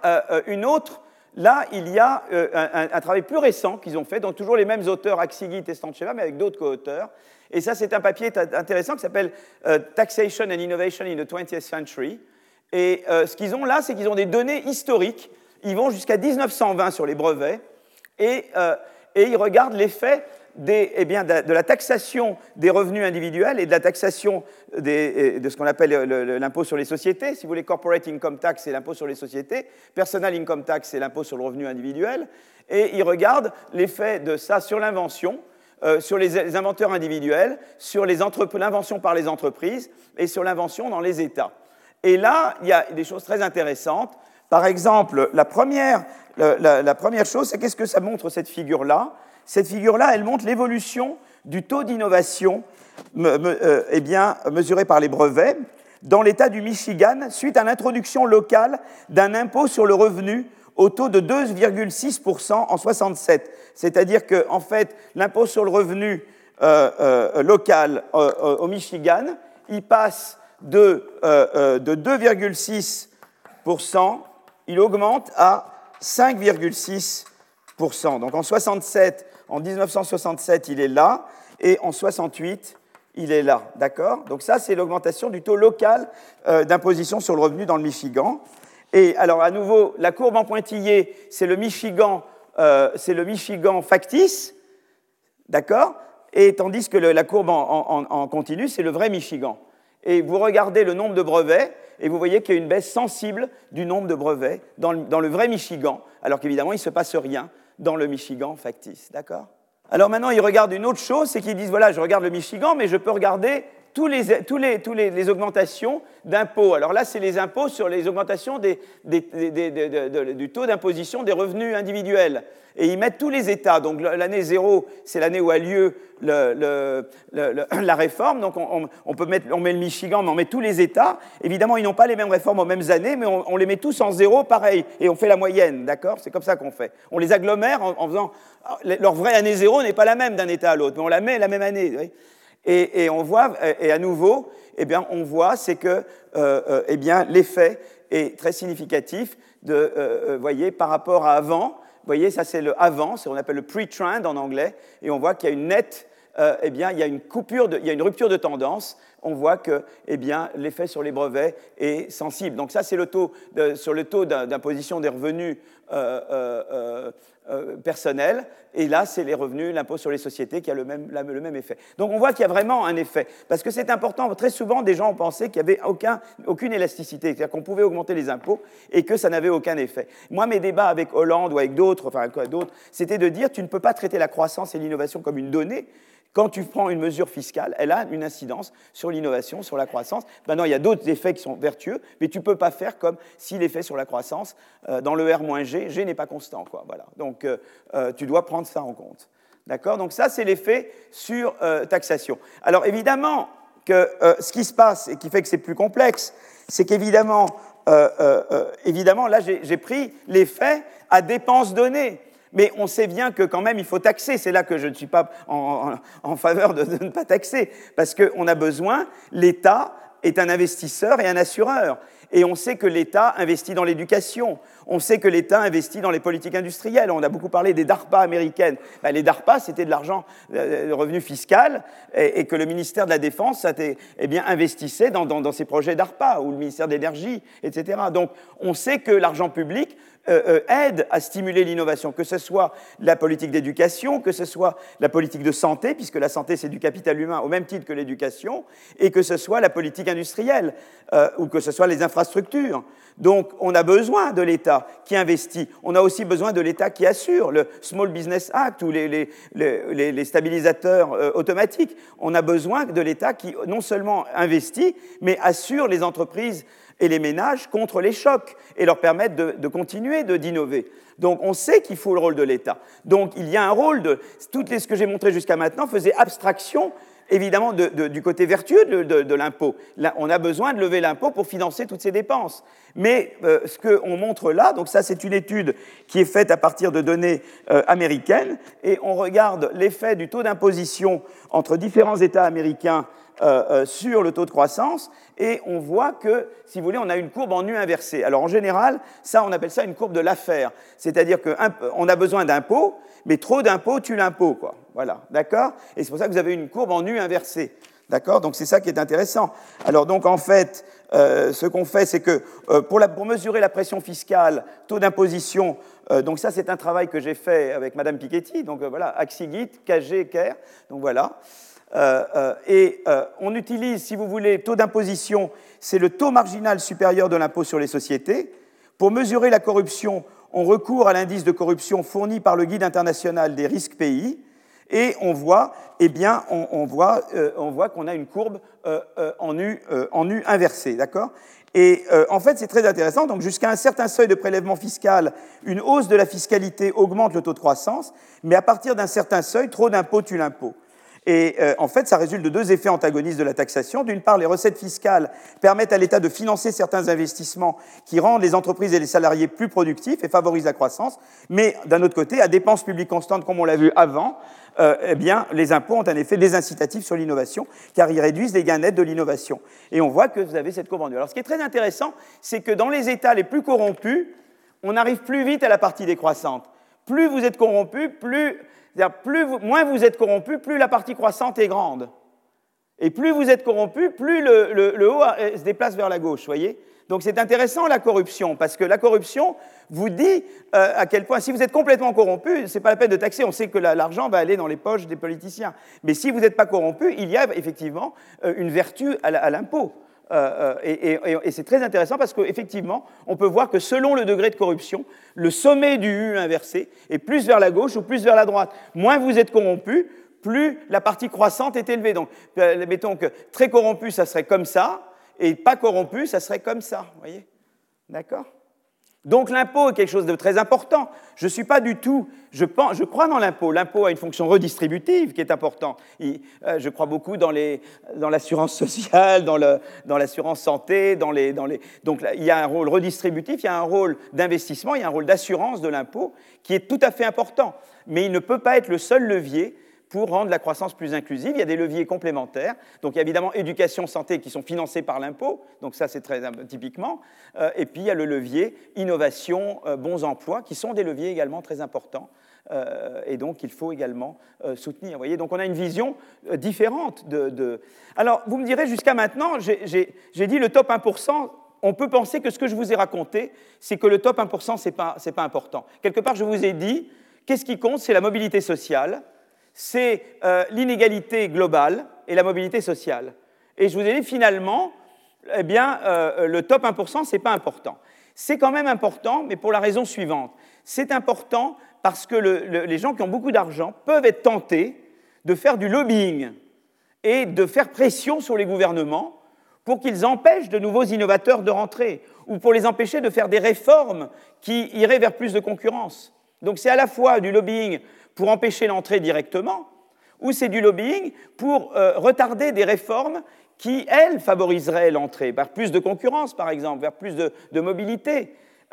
un travail plus récent qu'ils ont fait, donc toujours les mêmes auteurs, Aksigi, Testancheva, mais avec d'autres co-auteurs. Et ça, c'est un papier intéressant qui s'appelle Taxation and Innovation in the 20th Century. Et ce qu'ils ont là, c'est qu'ils ont des données historiques. Ils vont jusqu'à 1920 sur les brevets et ils regardent l'effet de la taxation des revenus individuels et de la taxation de ce qu'on appelle l'impôt sur les sociétés. Si vous voulez, corporate income tax, c'est l'impôt sur les sociétés. Personal income tax, c'est l'impôt sur le revenu individuel. Et ils regardent l'effet de ça sur l'invention, sur les inventeurs individuels, sur l'invention par les entreprises et sur l'invention dans les États. Et là, il y a des choses très intéressantes. Par exemple, la première chose, c'est qu'est-ce que ça montre, cette figure-là ? Cette figure-là, elle montre l'évolution du taux d'innovation mesuré par les brevets dans l'État du Michigan suite à l'introduction locale d'un impôt sur le revenu au taux de 2,6% en 1967. C'est-à-dire que, en fait, l'impôt sur le revenu local au Michigan, il passe de 2,6%, il augmente à 5,6%. Donc en 1967, il est là, et en 68, il est là, d'accord ? Donc ça, c'est l'augmentation du taux local d'imposition sur le revenu dans le Michigan. Et alors, à nouveau, la courbe en pointillé, c'est le Michigan factice, d'accord ? Et tandis que la courbe en continu, c'est le vrai Michigan. Et vous regardez le nombre de brevets, et vous voyez qu'il y a une baisse sensible du nombre de brevets dans le vrai Michigan, alors qu'évidemment, il ne se passe rien dans le Michigan factice, d'accord ? Alors maintenant, ils regardent une autre chose, c'est qu'ils disent, voilà, je regarde le Michigan, mais je peux regarder les augmentations d'impôts. Alors là, c'est les impôts sur les augmentations du taux d'imposition des revenus individuels. Et ils mettent tous les États. Donc l'année 0, c'est l'année où a lieu la réforme. Donc on met le Michigan, mais on met tous les États. Évidemment, ils n'ont pas les mêmes réformes aux mêmes années, mais on les met tous en 0, pareil. Et on fait la moyenne, d'accord? C'est comme ça qu'on fait. On les agglomère en faisant... Leur vraie année 0 n'est pas la même d'un État à l'autre, mais on la met la même année. Oui. Et on voit, et à nouveau, eh bien, on voit, c'est que eh bien, l'effet est très significatif voyez, par rapport à avant. Vous voyez, ça c'est le avant, c'est ce qu'on appelle le pre-trend en anglais, et on voit qu'il y a une nette, eh bien, il y a une rupture de tendance. On voit que, eh bien, l'effet sur les brevets est sensible. Donc ça, c'est sur le taux d'imposition des revenus personnels, et là, c'est les revenus, l'impôt sur les sociétés qui a le même effet. Donc on voit qu'il y a vraiment un effet, parce que c'est important. Très souvent, des gens ont pensé qu'il n'y avait aucune élasticité, c'est-à-dire qu'on pouvait augmenter les impôts et que ça n'avait aucun effet. Moi, mes débats avec Hollande ou avec d'autres, c'était de dire tu ne peux pas traiter la croissance et l'innovation comme une donnée. Quand tu prends une mesure fiscale, elle a une incidence sur l'innovation, sur la croissance. Maintenant, il y a d'autres effets qui sont vertueux, mais tu ne peux pas faire comme si l'effet sur la croissance, dans le R-G, G n'est pas constant, quoi. Voilà. Donc, tu dois prendre ça en compte. D'accord? Donc, ça, c'est l'effet sur taxation. Alors, évidemment, que ce qui se passe et qui fait que c'est plus complexe, c'est qu'évidemment, là, j'ai pris l'effet à dépenses données. Mais on sait bien que quand même, il faut taxer. C'est là que je ne suis pas en faveur de ne pas taxer. Parce qu'on a besoin, l'État est un investisseur et un assureur. Et on sait que l'État investit dans l'éducation. On sait que l'État investit dans les politiques industrielles. On a beaucoup parlé des DARPA américaines. Ben, les DARPA, c'était de l'argent, de revenu fiscal, et que le ministère de la Défense investissait dans ces projets DARPA, ou le ministère de l'Énergie, etc. Donc, on sait que l'argent public aide à stimuler l'innovation, que ce soit la politique d'éducation, que ce soit la politique de santé, puisque la santé, c'est du capital humain au même titre que l'éducation, et que ce soit la politique industrielle, ou que ce soit les infrastructures. Donc, on a besoin de l'État qui investit. On a aussi besoin de l'État qui assure le Small Business Act ou les stabilisateurs automatiques. On a besoin de l'État qui non seulement investit, mais assure les entreprises et les ménages contre les chocs et leur permettre de continuer d'innover. Donc, on sait qu'il faut le rôle de l'État. Donc, il y a un rôle ce que j'ai montré jusqu'à maintenant faisait abstraction, évidemment, du côté vertueux de l'impôt. Là, on a besoin de lever l'impôt pour financer toutes ces dépenses. Mais ce qu'on montre là, donc ça, c'est une étude qui est faite à partir de données américaines, et on regarde l'effet du taux d'imposition entre différents États américains sur le taux de croissance, et on voit que, si vous voulez, on a une courbe en U inversée. Alors en général, on appelle ça une courbe de l'affaire, c'est-à-dire qu'on a besoin d'impôts, mais trop d'impôts tue l'impôt, quoi. Voilà, d'accord? Et c'est pour ça que vous avez une courbe en U inversée, d'accord? Donc c'est ça qui est intéressant. Alors donc en fait, ce qu'on fait, c'est que pour mesurer la pression fiscale, taux d'imposition, donc ça c'est un travail que j'ai fait avec Madame Piketty, donc voilà, Axigit, KG, CARE, donc voilà. On utilise, si vous voulez, taux d'imposition, c'est le taux marginal supérieur de l'impôt sur les sociétés. Pour mesurer la corruption, on recourt à l'indice de corruption fourni par le Guide international des risques pays, et on voit, on voit qu'on a une courbe en U inversée, d'accord ? Et en fait, c'est très intéressant. Donc, jusqu'à un certain seuil de prélèvement fiscal, une hausse de la fiscalité augmente le taux de croissance, mais à partir d'un certain seuil, trop d'impôt tue l'impôt. Et en fait, ça résulte de deux effets antagonistes de la taxation. D'une part, les recettes fiscales permettent à l'État de financer certains investissements qui rendent les entreprises et les salariés plus productifs et favorisent la croissance. Mais d'un autre côté, à dépenses publiques constantes, comme on l'a vu avant, les impôts ont un effet désincitatif sur l'innovation, car ils réduisent les gains nets de l'innovation. Et on voit que vous avez cette courbe en U. Alors, ce qui est très intéressant, c'est que dans les États les plus corrompus, on arrive plus vite à la partie décroissante. Plus vous êtes corrompu, moins vous êtes corrompu, plus la partie croissante est grande. Et plus vous êtes corrompu, plus le haut se déplace vers la gauche, vous voyez ? Donc c'est intéressant la corruption, parce que la corruption vous dit à quel point, si vous êtes complètement corrompu, ce n'est pas la peine de taxer, on sait que l'argent va aller dans les poches des politiciens. Mais si vous n'êtes pas corrompu, il y a effectivement une vertu à l'impôt. Et c'est très intéressant parce qu'effectivement, on peut voir que selon le degré de corruption, le sommet du U inversé est plus vers la gauche ou plus vers la droite. Moins vous êtes corrompu, plus la partie croissante est élevée. Donc, mettons que très corrompu, ça serait comme ça, et pas corrompu, ça serait comme ça. Vous voyez? D'accord? Donc l'impôt est quelque chose de très important. Je suis pas du tout, je crois dans l'impôt. L'impôt a une fonction redistributive qui est importante. Je crois beaucoup dans l'assurance sociale, dans l'assurance santé, donc là, il y a un rôle redistributif, il y a un rôle d'investissement, il y a un rôle d'assurance de l'impôt qui est tout à fait important. Mais il ne peut pas être le seul levier pour rendre la croissance plus inclusive. Il y a des leviers complémentaires. Donc, il y a évidemment éducation, santé qui sont financés par l'impôt. Donc, ça, c'est très typiquement. Et puis, il y a le levier innovation, bons emplois, qui sont des leviers également très importants. Et donc, il faut également soutenir. Vous voyez, donc, on a une vision différente de... Alors, vous me direz, jusqu'à maintenant, j'ai dit le top 1%. On peut penser que ce que je vous ai raconté, c'est que le top 1%, ce n'est pas important. Quelque part, je vous ai dit, qu'est-ce qui compte? C'est la mobilité sociale, c'est l'inégalité globale et la mobilité sociale. Et je vous ai dit, finalement, eh bien, le top 1%, ce n'est pas important. C'est quand même important, mais pour la raison suivante. C'est important parce que les gens qui ont beaucoup d'argent peuvent être tentés de faire du lobbying et de faire pression sur les gouvernements pour qu'ils empêchent de nouveaux innovateurs de rentrer, ou pour les empêcher de faire des réformes qui iraient vers plus de concurrence. Donc c'est à la fois du lobbying pour empêcher l'entrée directement, ou c'est du lobbying pour retarder des réformes qui, elles, favoriseraient l'entrée, vers plus de concurrence, par exemple, vers plus de mobilité.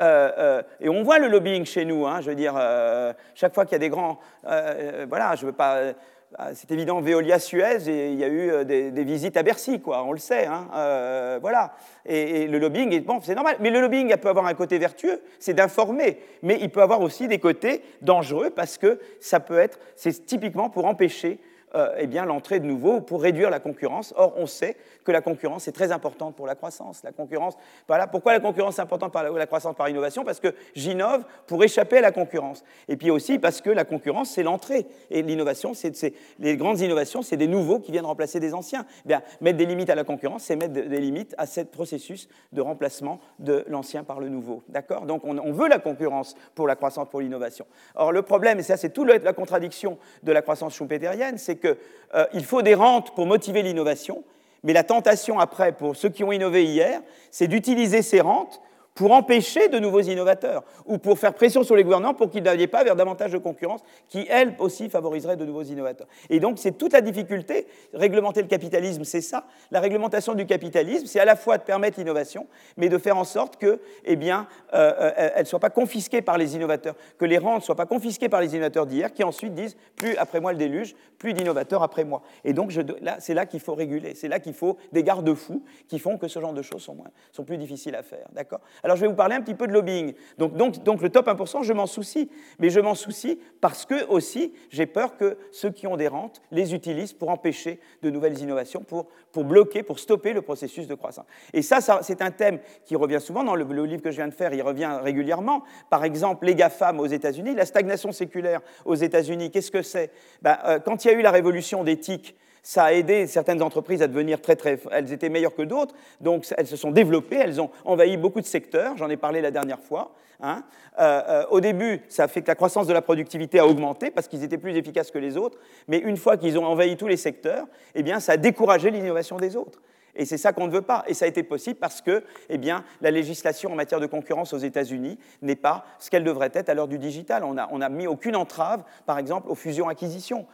Et on voit le lobbying chez nous, hein, je veux dire, chaque fois qu'il y a des grands... voilà, je ne veux pas... C'est évident, Veolia-Suez, il y a eu des visites à Bercy, quoi, on le sait. Hein, voilà. Et le lobbying, bon, c'est normal. Mais le lobbying peut avoir un côté vertueux, c'est d'informer. Mais il peut avoir aussi des côtés dangereux parce que ça peut être, c'est typiquement pour empêcher eh bien, l'entrée de nouveaux, pour réduire la concurrence. Or, on sait que la concurrence est très importante pour la croissance. La concurrence, voilà. Pourquoi la concurrence est importante par la croissance par innovation? Parce que j'innove pour échapper à la concurrence. Et puis aussi parce que la concurrence, c'est l'entrée. Et l'innovation, les grandes innovations, c'est des nouveaux qui viennent remplacer des anciens. Eh bien, mettre des limites à la concurrence, c'est mettre des limites à ce processus de remplacement de l'ancien par le nouveau. D'accord? Donc, on veut la concurrence pour la croissance, pour l'innovation. Or, le problème, et ça, c'est toute la contradiction de la croissance schumpeterienne, c'est qu'il faut des rentes pour motiver l'innovation, mais la tentation après, pour ceux qui ont innové hier, c'est d'utiliser ces rentes pour empêcher de nouveaux innovateurs ou pour faire pression sur les gouvernements pour qu'ils n'aillent pas vers davantage de concurrence qui, elle aussi, favoriserait de nouveaux innovateurs. Et donc, c'est toute la difficulté. Réglementer le capitalisme, c'est ça. La réglementation du capitalisme, c'est à la fois de permettre l'innovation, mais de faire en sorte que, eh bien, elle ne soit pas confisquée par les innovateurs, que les rentes ne soient pas confisquées par les innovateurs d'hier, qui ensuite disent « plus après moi le déluge, plus d'innovateurs après moi ». Et donc, c'est là qu'il faut réguler, c'est là qu'il faut des garde-fous qui font que ce genre de choses sont plus difficiles à faire. D'accord ? Alors, je vais vous parler un petit peu de lobbying. Donc le top 1%, je m'en soucie. Mais je m'en soucie parce que, aussi, j'ai peur que ceux qui ont des rentes les utilisent pour empêcher de nouvelles innovations, pour bloquer, pour stopper le processus de croissance. Et ça c'est un thème qui revient souvent dans le livre que je viens de faire, il revient régulièrement. Par exemple, les GAFAM aux États-Unis, la stagnation séculaire aux États-Unis, qu'est-ce que c'est? Quand il y a eu la révolution d'éthique, ça a aidé certaines entreprises à devenir elles étaient meilleures que d'autres, donc elles se sont développées, elles ont envahi beaucoup de secteurs, j'en ai parlé la dernière fois. Hein. Au début, ça a fait que la croissance de la productivité a augmenté parce qu'ils étaient plus efficaces que les autres, mais une fois qu'ils ont envahi tous les secteurs, eh bien, ça a découragé l'innovation des autres. Et c'est ça qu'on ne veut pas. Et ça a été possible parce que eh bien, la législation en matière de concurrence aux États-Unis n'est pas ce qu'elle devrait être à l'heure du digital. On n'a mis aucune entrave, par exemple, aux fusions-acquisitions.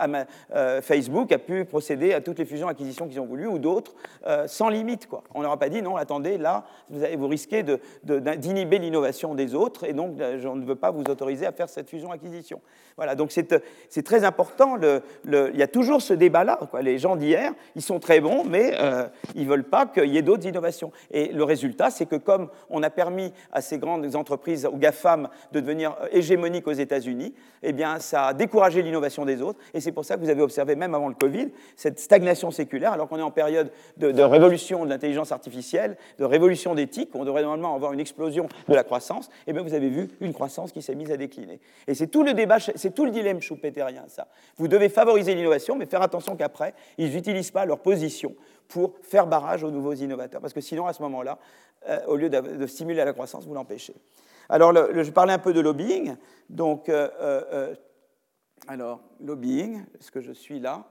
Facebook a pu procéder à toutes les fusions-acquisitions qu'ils ont voulu, ou d'autres, sans limite, quoi. On ne leur a pas dit, non, attendez, là, vous risquez d'inhiber l'innovation des autres, et donc je ne veux pas vous autoriser à faire cette fusion-acquisition. Voilà, donc c'est très important. Il y a toujours ce débat-là, quoi. Les gens d'hier, ils sont très bons, mais ils ne veulent pas qu'il y ait d'autres innovations. Et le résultat, c'est que comme on a permis à ces grandes entreprises, aux GAFAM, de devenir hégémoniques aux États-Unis, eh bien, ça a découragé l'innovation des autres. Et c'est pour ça que vous avez observé, même avant le Covid, cette stagnation séculaire, alors qu'on est en période de révolution de l'intelligence artificielle, de révolution d'éthique, on devrait normalement avoir une explosion de la croissance, eh bien, vous avez vu une croissance qui s'est mise à décliner. Et c'est tout le débat, c'est tout le dilemme schumpeterien, ça. Vous devez favoriser l'innovation, mais faire attention qu'après, ils n'utilisent pas leur position pour faire barrage aux nouveaux innovateurs. Parce que sinon, à ce moment-là, au lieu de stimuler la croissance, vous l'empêchez. Alors, je parlais un peu de lobbying. Donc, Alors, lobbying, est-ce que je suis là?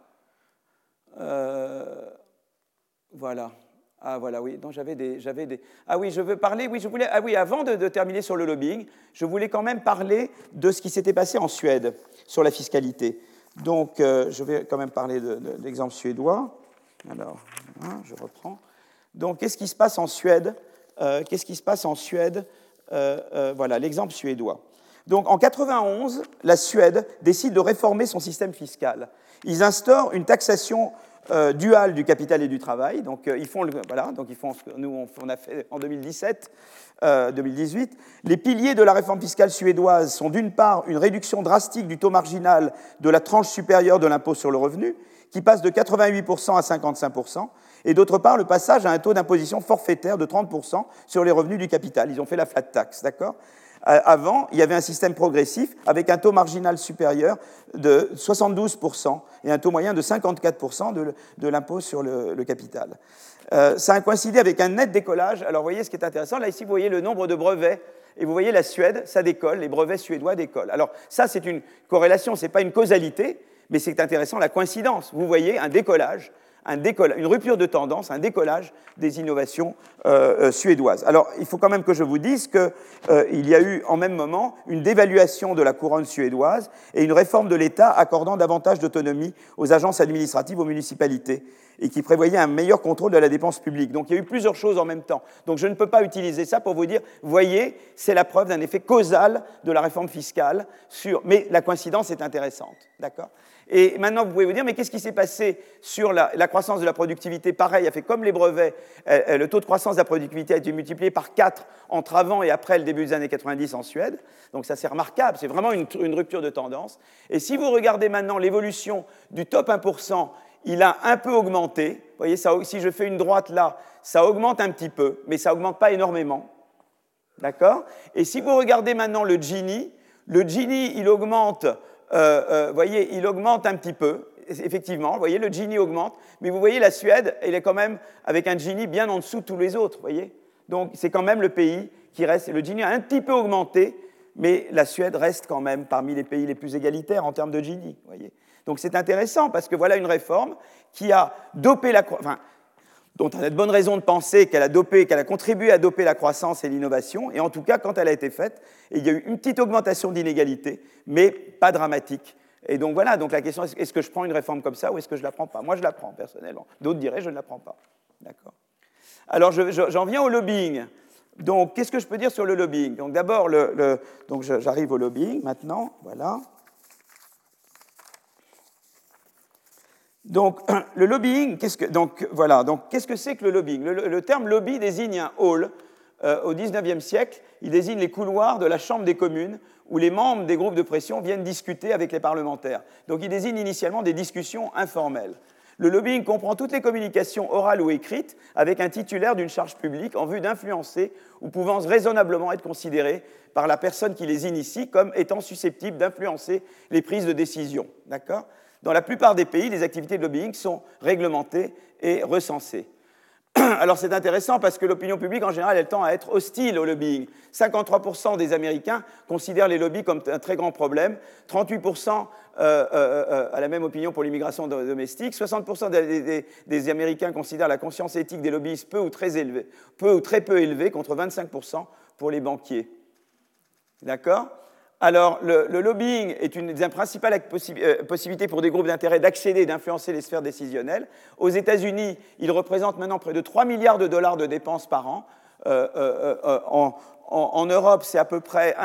Voilà. Ah, voilà, oui. Donc, j'avais des... Ah oui, je veux parler... Oui, je voulais... Ah oui, avant de terminer sur le lobbying, je voulais quand même parler de ce qui s'était passé en Suède sur la fiscalité. Donc, je vais quand même parler de l'exemple suédois. Alors, hein, je reprends. Donc, qu'est-ce qui se passe en Suède? Voilà, l'exemple suédois. Donc, en 91, la Suède décide de réformer son système fiscal. Ils instaurent une taxation duale du capital et du travail. Donc, ils font ce que nous, on a fait en 2017, 2018. Les piliers de la réforme fiscale suédoise sont d'une part une réduction drastique du taux marginal de la tranche supérieure de l'impôt sur le revenu, qui passe de 88% à 55%, et d'autre part le passage à un taux d'imposition forfaitaire de 30% sur les revenus du capital. Ils ont fait la flat tax, d'accord ? Avant, il y avait un système progressif avec un taux marginal supérieur de 72% et un taux moyen de 54% de l'impôt sur le capital. Ça a coïncidé avec un net décollage. Alors, vous voyez ce qui est intéressant. Là, ici, vous voyez le nombre de brevets. Et vous voyez la Suède, ça décolle, les brevets suédois décollent. Alors, ça, c'est une corrélation, ce n'est pas une causalité, mais c'est intéressant, la coïncidence. Vous voyez un décollage, une rupture de tendance, un décollage des innovations suédoises. Alors, il faut quand même que je vous dise qu'il y a eu en même moment une dévaluation de la couronne suédoise et une réforme de l'État accordant davantage d'autonomie aux agences administratives, aux municipalités, et qui prévoyait un meilleur contrôle de la dépense publique. Donc, il y a eu plusieurs choses en même temps. Donc, je ne peux pas utiliser ça pour vous dire, voyez, c'est la preuve d'un effet causal de la réforme fiscale mais la coïncidence est intéressante, d'accord ? Et maintenant, vous pouvez vous dire, mais qu'est-ce qui s'est passé sur la croissance de la productivité? Pareil, a fait comme les brevets, le taux de croissance de la productivité a été multiplié par 4 entre avant et après le début des années 90 en Suède. Donc ça, c'est remarquable, c'est vraiment une rupture de tendance. Et si vous regardez maintenant l'évolution du top 1%, il a un peu augmenté. Vous voyez, si je fais une droite là, ça augmente un petit peu, mais ça n'augmente pas énormément. D'accord? Et si vous regardez maintenant le Gini, il augmente... voyez, il augmente un petit peu, effectivement, vous voyez, le Gini augmente, mais vous voyez, la Suède, elle est quand même avec un Gini bien en dessous de tous les autres, voyez. Donc, c'est quand même le pays qui reste, le Gini a un petit peu augmenté, mais la Suède reste quand même parmi les pays les plus égalitaires en termes de Gini, voyez. Donc, c'est intéressant, parce que voilà une réforme qui a dopé dont on a de bonnes raisons de penser qu'elle a contribué à doper la croissance et l'innovation, et en tout cas, quand elle a été faite, il y a eu une petite augmentation d'inégalité, mais pas dramatique. Et donc voilà, donc la question, est-ce que je prends une réforme comme ça ou est-ce que je ne la prends pas? Moi, je la prends, personnellement. D'autres diraient, je ne la prends pas. D'accord. Alors, j'en viens au lobbying. Donc, qu'est-ce que je peux dire sur le lobbying? Donc, d'abord, donc j'arrive au lobbying, maintenant, voilà. Donc, le lobbying, qu'est-ce que c'est que le lobbying? Le terme lobby désigne un hall. Au XIXe siècle, il désigne les couloirs de la Chambre des communes où les membres des groupes de pression viennent discuter avec les parlementaires. Donc, il désigne initialement des discussions informelles. Le lobbying comprend toutes les communications orales ou écrites avec un titulaire d'une charge publique en vue d'influencer ou pouvant raisonnablement être considéré par la personne qui les initie comme étant susceptible d'influencer les prises de décision. D'accord ? Dans la plupart des pays, les activités de lobbying sont réglementées et recensées. Alors c'est intéressant parce que l'opinion publique, en général, elle tend à être hostile au lobbying. 53% des Américains considèrent les lobbies comme un très grand problème, 38% à la même opinion pour l'immigration domestique, 60% des Américains considèrent la conscience éthique des lobbyistes peu ou très peu élevée, contre 25% pour les banquiers. D'accord ? Alors, le lobbying est une des principales possibilités pour des groupes d'intérêt d'accéder et d'influencer les sphères décisionnelles. Aux États-Unis, il représente maintenant près de 3 milliards de dollars de dépenses par an. En Europe, c'est à peu près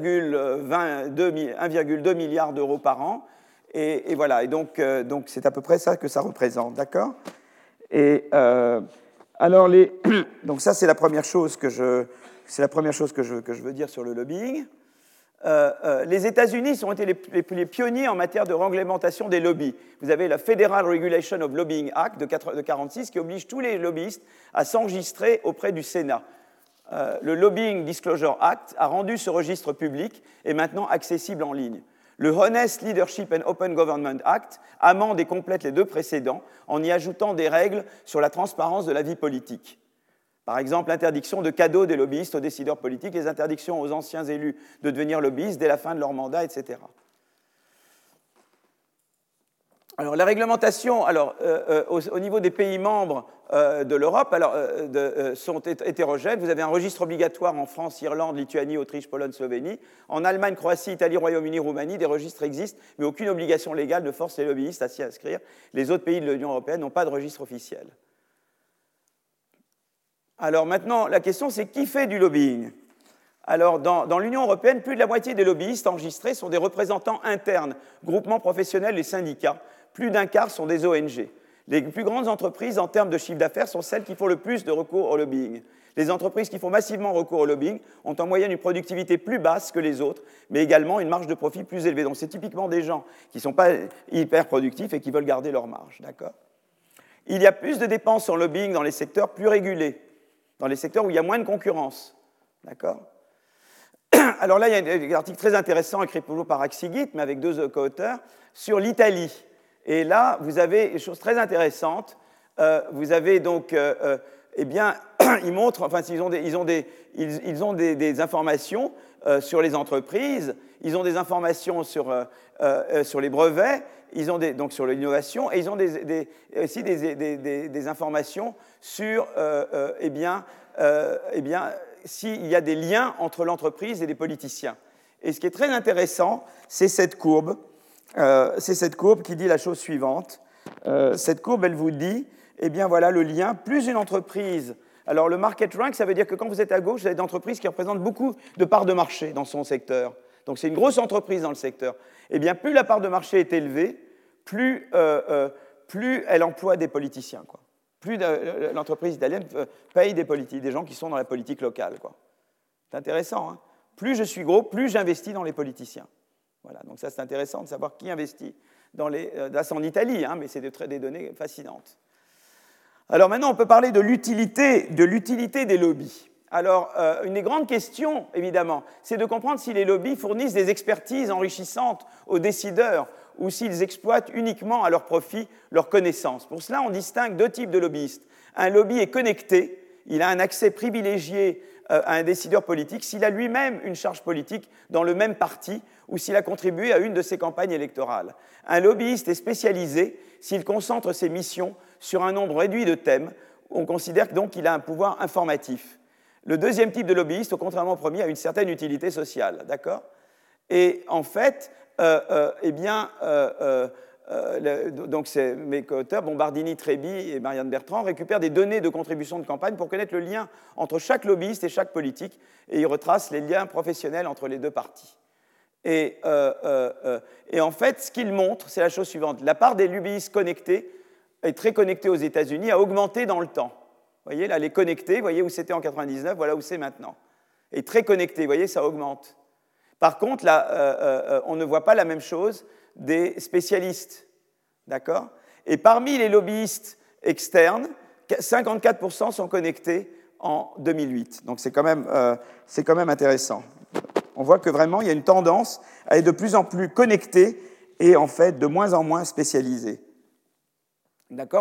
1,2 milliard d'euros par an. Et voilà, et donc c'est à peu près ça que ça représente, d'accord? Et alors, donc ça, c'est la première chose que je veux dire sur le lobbying. Les États-Unis ont été les pionniers en matière de réglementation des lobbies. Vous avez la Federal Regulation of Lobbying Act de 1946 qui oblige tous les lobbyistes à s'enregistrer auprès du Sénat. Le Lobbying Disclosure Act a rendu ce registre public et maintenant accessible en ligne. Le Honest Leadership and Open Government Act amende et complète les deux précédents en y ajoutant des règles sur la transparence de la vie politique. Par exemple, l'interdiction de cadeaux des lobbyistes aux décideurs politiques, les interdictions aux anciens élus de devenir lobbyistes dès la fin de leur mandat, etc. Alors, la réglementation, au niveau des pays membres de l'Europe, sont hétérogènes. Vous avez un registre obligatoire en France, Irlande, Lituanie, Autriche, Pologne, Slovénie. En Allemagne, Croatie, Italie, Royaume-Uni, Roumanie, des registres existent, mais aucune obligation légale ne force les lobbyistes à s'y inscrire. Les autres pays de l'Union européenne n'ont pas de registre officiel. Alors maintenant, la question, c'est qui fait du lobbying? Alors, dans l'Union européenne, plus de la moitié des lobbyistes enregistrés sont des représentants internes, groupements professionnels et syndicats. Plus d'un quart sont des ONG. Les plus grandes entreprises, en termes de chiffre d'affaires, sont celles qui font le plus de recours au lobbying. Les entreprises qui font massivement recours au lobbying ont en moyenne une productivité plus basse que les autres, mais également une marge de profit plus élevée. Donc, c'est typiquement des gens qui ne sont pas hyper productifs et qui veulent garder leur marge. D'accord ? Il y a plus de dépenses en lobbying dans les secteurs plus régulés, dans les secteurs où il y a moins de concurrence. D'accord ? Alors là, il y a un article très intéressant écrit toujours par Axigit, mais avec deux co-auteurs, sur l'Italie. Et là, vous avez des choses très intéressantes. Vous avez donc, eh bien, ils montrent, enfin, ils ont des informations sur les entreprises, ils ont des informations sur les brevets, ils ont donc sur l'innovation, et ils ont aussi des informations sur, s'il y a des liens entre l'entreprise et les politiciens. Et ce qui est très intéressant, c'est cette courbe. C'est cette courbe qui dit la chose suivante. Cette courbe, elle vous dit, eh bien voilà le lien, plus une entreprise. Alors le market rank, ça veut dire que quand vous êtes à gauche, vous avez des entreprises qui représentent beaucoup de parts de marché dans son secteur. Donc c'est une grosse entreprise dans le secteur. Eh bien plus la part de marché est élevée, plus elle emploie des politiciens, quoi. Plus l'entreprise italienne paye des gens qui sont dans la politique locale, quoi. C'est intéressant, hein. Plus je suis gros, plus j'investis dans les politiciens. Voilà, donc ça c'est intéressant de savoir qui investit dans là c'est en Italie, hein, mais c'est des données fascinantes. Alors maintenant on peut parler de l'utilité des lobbies. Alors une des grandes questions, évidemment, c'est de comprendre si les lobbies fournissent des expertises enrichissantes aux décideurs ou s'ils exploitent uniquement à leur profit leurs connaissances. Pour cela, on distingue deux types de lobbyistes. Un lobby est connecté, il a un accès privilégié à un décideur politique s'il a lui-même une charge politique dans le même parti ou s'il a contribué à une de ses campagnes électorales. Un lobbyiste est spécialisé s'il concentre ses missions sur un nombre réduit de thèmes. On considère donc qu'il a un pouvoir informatif. Le deuxième type de lobbyiste, contrairement au premier, a une certaine utilité sociale. D'accord ? Et en fait, donc mes co-auteurs, Bombardini, Trebi et Marianne Bertrand, récupèrent des données de contribution de campagne pour connaître le lien entre chaque lobbyiste et chaque politique, et ils retracent les liens professionnels entre les deux parties. Et en fait, ce qu'ils montrent, c'est la chose suivante. La part des lobbyistes connectés, est très connectée aux États-Unis, a augmenté dans le temps. Vous voyez, là, les connectés, vous voyez où c'était en 1999, voilà où c'est maintenant. Et très connectés, vous voyez, ça augmente. Par contre, là, on ne voit pas la même chose des spécialistes. D'accord ? Et parmi les lobbyistes externes, 54% sont connectés en 2008. Donc c'est quand même intéressant. On voit que vraiment, il y a une tendance à être de plus en plus connecté et en fait de moins en moins spécialisé. D'accord ?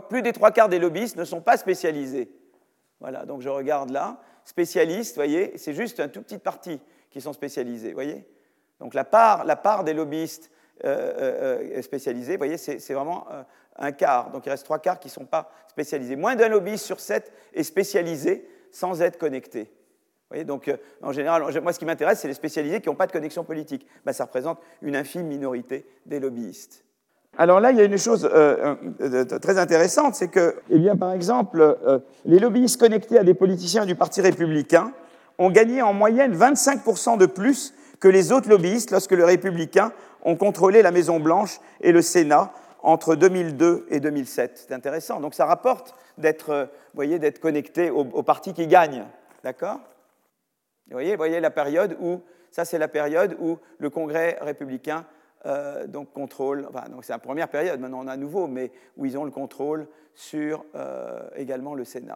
Plus des 3/4 des lobbyistes ne sont pas spécialisés. Voilà, donc je regarde là. Spécialistes, vous voyez, c'est juste une toute petite partie qui sont spécialisés, vous voyez ? Donc la part des lobbyistes spécialisés, vous voyez, c'est vraiment un quart. Donc il reste 3/4 qui ne sont pas spécialisés. Moins d'un lobbyiste sur 7 est spécialisé sans être connecté. Vous voyez, donc en général, moi ce qui m'intéresse, c'est les spécialisés qui n'ont pas de connexion politique. Ben, ça représente une infime minorité des lobbyistes. Alors là, il y a une chose très intéressante, c'est que, eh bien, par exemple, les lobbyistes connectés à des politiciens du Parti républicain ont gagné en moyenne 25% de plus que les autres lobbyistes lorsque les républicains ont contrôlé la Maison-Blanche et le Sénat entre 2002 et 2007. C'est intéressant. Donc ça rapporte d'être connecté au parti qui gagne. D'accord ? Vous voyez la période où, ça c'est la période où le Congrès républicain donc contrôle, enfin donc c'est la première période, maintenant on a à nouveau, mais où ils ont le contrôle sur également le Sénat.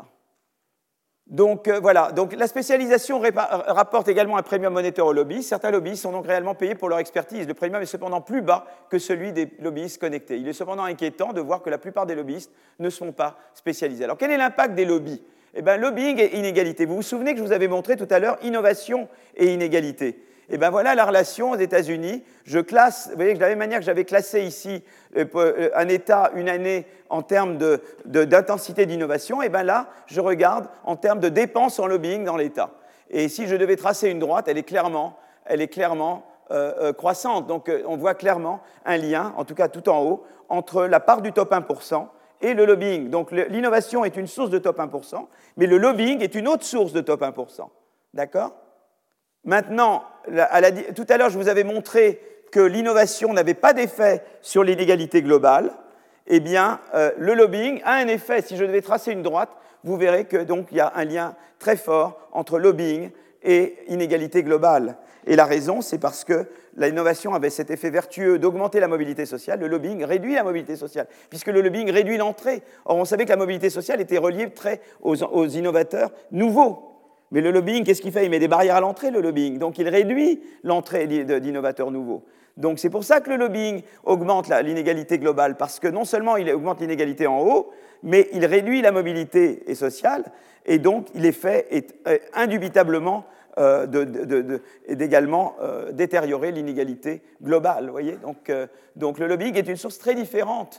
Donc voilà, donc la spécialisation rapporte également un premium monétaire aux lobbyistes. Certains lobbyistes sont donc réellement payés pour leur expertise. Le premium est cependant plus bas que celui des lobbyistes connectés. Il est cependant inquiétant de voir que la plupart des lobbyistes ne sont pas spécialisés. Alors quel est l'impact des lobbies ? Eh bien, lobbying et inégalité. Vous vous souvenez que je vous avais montré tout à l'heure innovation et inégalité. Et bien voilà la relation aux États-Unis. Je classe, vous voyez, de la même manière que j'avais classé ici un État, une année en termes d'intensité d'innovation, et bien là, je regarde en termes de dépenses en lobbying dans l'État. Et si je devais tracer une droite, elle est clairement croissante. Donc on voit clairement un lien, en tout cas tout en haut, entre la part du top 1% et le lobbying. Donc l'innovation est une source de top 1%, mais le lobbying est une autre source de top 1%. D'accord ? Maintenant, tout à l'heure, je vous avais montré que l'innovation n'avait pas d'effet sur l'inégalité globale. Eh bien, le lobbying a un effet. Si je devais tracer une droite, vous verrez que donc il y a un lien très fort entre lobbying et inégalité globale. Et la raison, c'est parce que l'innovation avait cet effet vertueux d'augmenter la mobilité sociale. Le lobbying réduit la mobilité sociale, puisque le lobbying réduit l'entrée. Or, on savait que la mobilité sociale était reliée très aux innovateurs nouveaux. Mais le lobbying, qu'est-ce qu'il fait? Il met des barrières à l'entrée, le lobbying. Donc, il réduit l'entrée d'innovateurs nouveaux. Donc, c'est pour ça que le lobbying augmente l'inégalité globale, parce que non seulement il augmente l'inégalité en haut, mais il réduit la mobilité sociale, et donc l'effet est indubitablement d'également détériorer l'inégalité globale. Vous voyez, donc le lobbying est une source très différente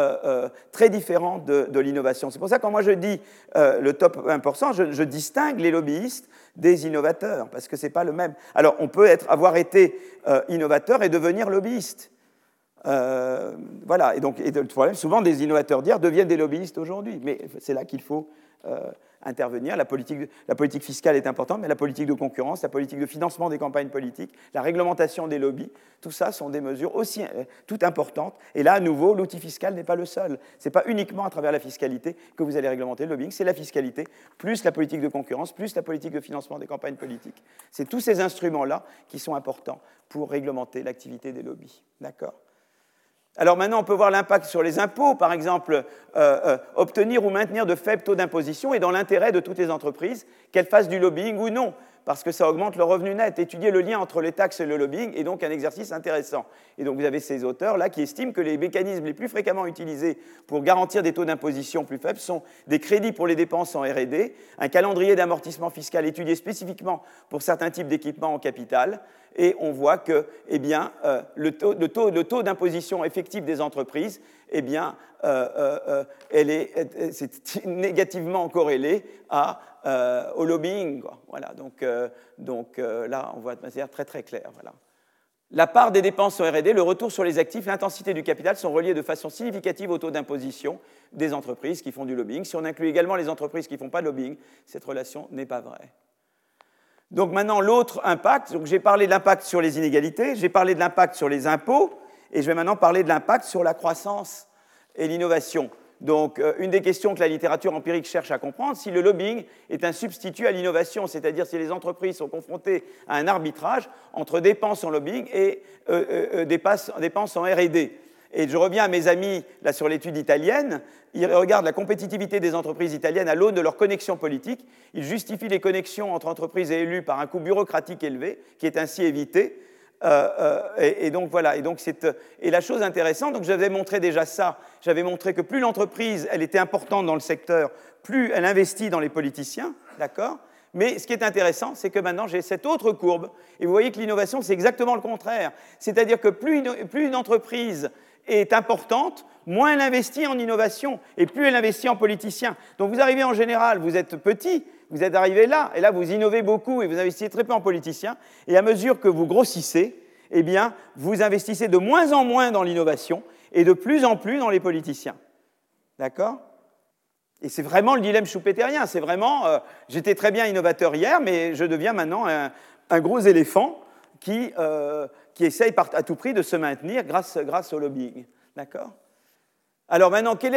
de l'innovation. C'est pour ça que quand moi je dis le top 1%, je distingue les lobbyistes des innovateurs, parce que ce n'est pas le même. Alors, on peut avoir été innovateur et devenir lobbyiste. Voilà, et le problème, souvent des innovateurs d'hier deviennent des lobbyistes aujourd'hui, mais c'est là qu'il faut intervenir. La politique fiscale est importante, mais la politique de concurrence, la politique de financement des campagnes politiques, la réglementation des lobbies, tout ça sont des mesures aussi toutes importantes. Et là, à nouveau, l'outil fiscal n'est pas le seul. Ce n'est pas uniquement à travers la fiscalité que vous allez réglementer le lobbying, c'est la fiscalité, plus la politique de concurrence, plus la politique de financement des campagnes politiques. C'est tous ces instruments-là qui sont importants pour réglementer l'activité des lobbies. D'accord ? Alors maintenant, on peut voir l'impact sur les impôts. Par exemple, obtenir ou maintenir de faibles taux d'imposition est dans l'intérêt de toutes les entreprises, qu'elles fassent du lobbying ou non, parce que ça augmente le revenu net. Étudier le lien entre les taxes et le lobbying est donc un exercice intéressant. Et donc vous avez ces auteurs-là qui estiment que les mécanismes les plus fréquemment utilisés pour garantir des taux d'imposition plus faibles sont des crédits pour les dépenses en R&D, un calendrier d'amortissement fiscal étudié spécifiquement pour certains types d'équipements en capital, et on voit que le taux d'imposition effectif des entreprises, c'est négativement corrélé au lobbying. Quoi. Voilà, donc là, on voit de manière très très claire. Voilà. La part des dépenses en R&D, le retour sur les actifs, l'intensité du capital sont reliés de façon significative au taux d'imposition des entreprises qui font du lobbying. Si on inclut également les entreprises qui ne font pas de lobbying, cette relation n'est pas vraie. Donc maintenant, l'autre impact, donc j'ai parlé de l'impact sur les inégalités, j'ai parlé de l'impact sur les impôts, et je vais maintenant parler de l'impact sur la croissance et l'innovation. Donc, une des questions que la littérature empirique cherche à comprendre, si le lobbying est un substitut à l'innovation, c'est-à-dire si les entreprises sont confrontées à un arbitrage entre dépenses en lobbying et dépenses en R&D. Et je reviens à mes amis là, sur l'étude italienne. Ils regardent la compétitivité des entreprises italiennes à l'aune de leurs connexions politiques. Ils justifient les connexions entre entreprises et élus par un coût bureaucratique élevé, qui est ainsi évité. Et donc voilà. Et la chose intéressante, donc j'avais montré déjà ça. J'avais montré que plus l'entreprise elle était importante dans le secteur, plus elle investit dans les politiciens, d'accord ? Mais ce qui est intéressant, c'est que maintenant, j'ai cette autre courbe. Et vous voyez que l'innovation, c'est exactement le contraire. C'est-à-dire que plus une entreprise est importante, moins elle investit en innovation, et plus elle investit en politiciens. Donc vous arrivez en général, vous êtes petit, vous êtes arrivé là, et là vous innovez beaucoup, et vous investissez très peu en politiciens, et à mesure que vous grossissez, eh bien, vous investissez de moins en moins dans l'innovation, et de plus en plus dans les politiciens. D'accord ? Et c'est vraiment le dilemme schumpeterien. C'est vraiment, j'étais très bien innovateur hier, mais je deviens maintenant un gros éléphant qui essaye à tout prix de se maintenir grâce au lobbying. D'accord ? Alors maintenant, quel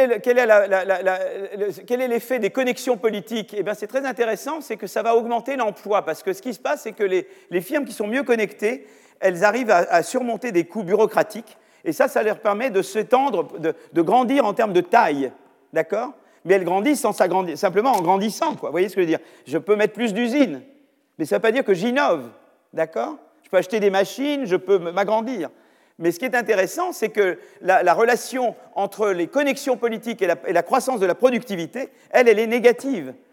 est l'effet des connexions politiques ? Eh bien, c'est très intéressant, c'est que ça va augmenter l'emploi, parce que ce qui se passe, c'est que les firmes qui sont mieux connectées, elles arrivent à surmonter des coûts bureaucratiques, et ça leur permet de s'étendre, de grandir en termes de taille. D'accord ? Mais elles grandissent simplement en grandissant. Quoi. Vous voyez ce que je veux dire ? Je peux mettre plus d'usines, mais ça ne veut pas dire que j'innove. D'accord ? Je peux acheter des machines, je peux m'agrandir. Mais ce qui est intéressant, c'est que la relation entre les connexions politiques et la croissance de la productivité, elle est négative.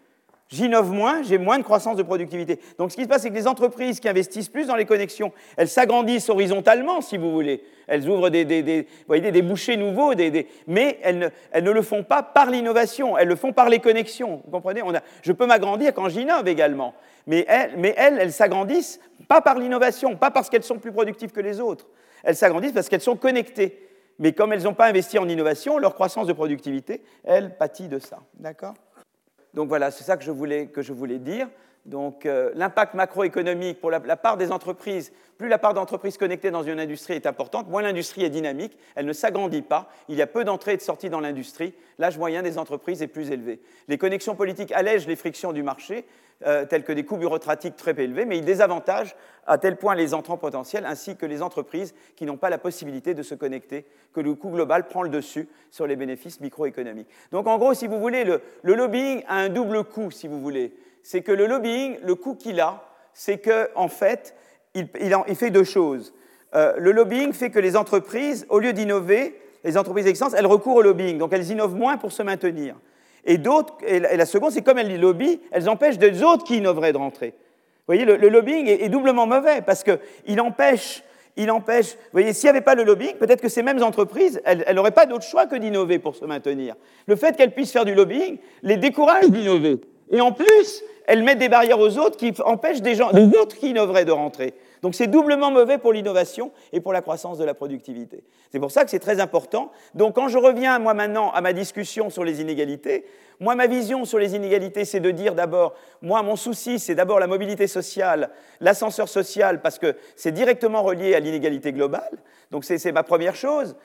J'innove moins, j'ai moins de croissance de productivité. Donc ce qui se passe, c'est que les entreprises qui investissent plus dans les connexions, elles s'agrandissent horizontalement, si vous voulez. Elles ouvrent des débouchés nouveaux, mais elles ne le font pas par l'innovation, elles le font par les connexions. Vous comprenez? Je peux m'agrandir quand j'innove également. Mais elles s'agrandissent pas par l'innovation, pas parce qu'elles sont plus productives que les autres. Elles s'agrandissent parce qu'elles sont connectées. Mais comme elles n'ont pas investi en innovation, leur croissance de productivité, elle pâtit de ça. D'accord? Donc voilà, c'est ça que je voulais dire. Donc l'impact macroéconomique pour la part des entreprises, plus la part d'entreprises connectées dans une industrie est importante, moins l'industrie est dynamique, elle ne s'agrandit pas, il y a peu d'entrées et de sorties dans l'industrie, l'âge moyen des entreprises est plus élevé. Les connexions politiques allègent les frictions du marché, telles que des coûts bureaucratiques très élevés, mais ils désavantagent à tel point les entrants potentiels ainsi que les entreprises qui n'ont pas la possibilité de se connecter, que le coût global prend le dessus sur les bénéfices microéconomiques. Donc en gros, si vous voulez, le lobbying a un double coût, si vous voulez. C'est que le lobbying, le coût qu'il a, c'est qu'en fait, il fait deux choses. Le lobbying fait que les entreprises, au lieu d'innover, les entreprises existantes, elles recourent au lobbying, donc elles innovent moins pour se maintenir. Et la seconde, c'est comme elles lobbyent, elles empêchent des autres qui innoveraient de rentrer. Vous voyez, le lobbying est doublement mauvais parce qu'il empêche. Vous voyez, s'il n'y avait pas le lobbying, peut-être que ces mêmes entreprises, elles n'auraient pas d'autre choix que d'innover pour se maintenir. Le fait qu'elles puissent faire du lobbying les décourage d'innover. Et en plus, elles mettent des barrières aux autres qui empêchent des autres qui innoveraient de rentrer. Donc c'est doublement mauvais pour l'innovation et pour la croissance de la productivité. C'est pour ça que c'est très important. Donc quand je reviens, moi maintenant, à ma discussion sur les inégalités, moi ma vision sur les inégalités, c'est de dire d'abord, moi mon souci, c'est d'abord la mobilité sociale, l'ascenseur social, parce que c'est directement relié à l'inégalité globale. Donc c'est ma première chose.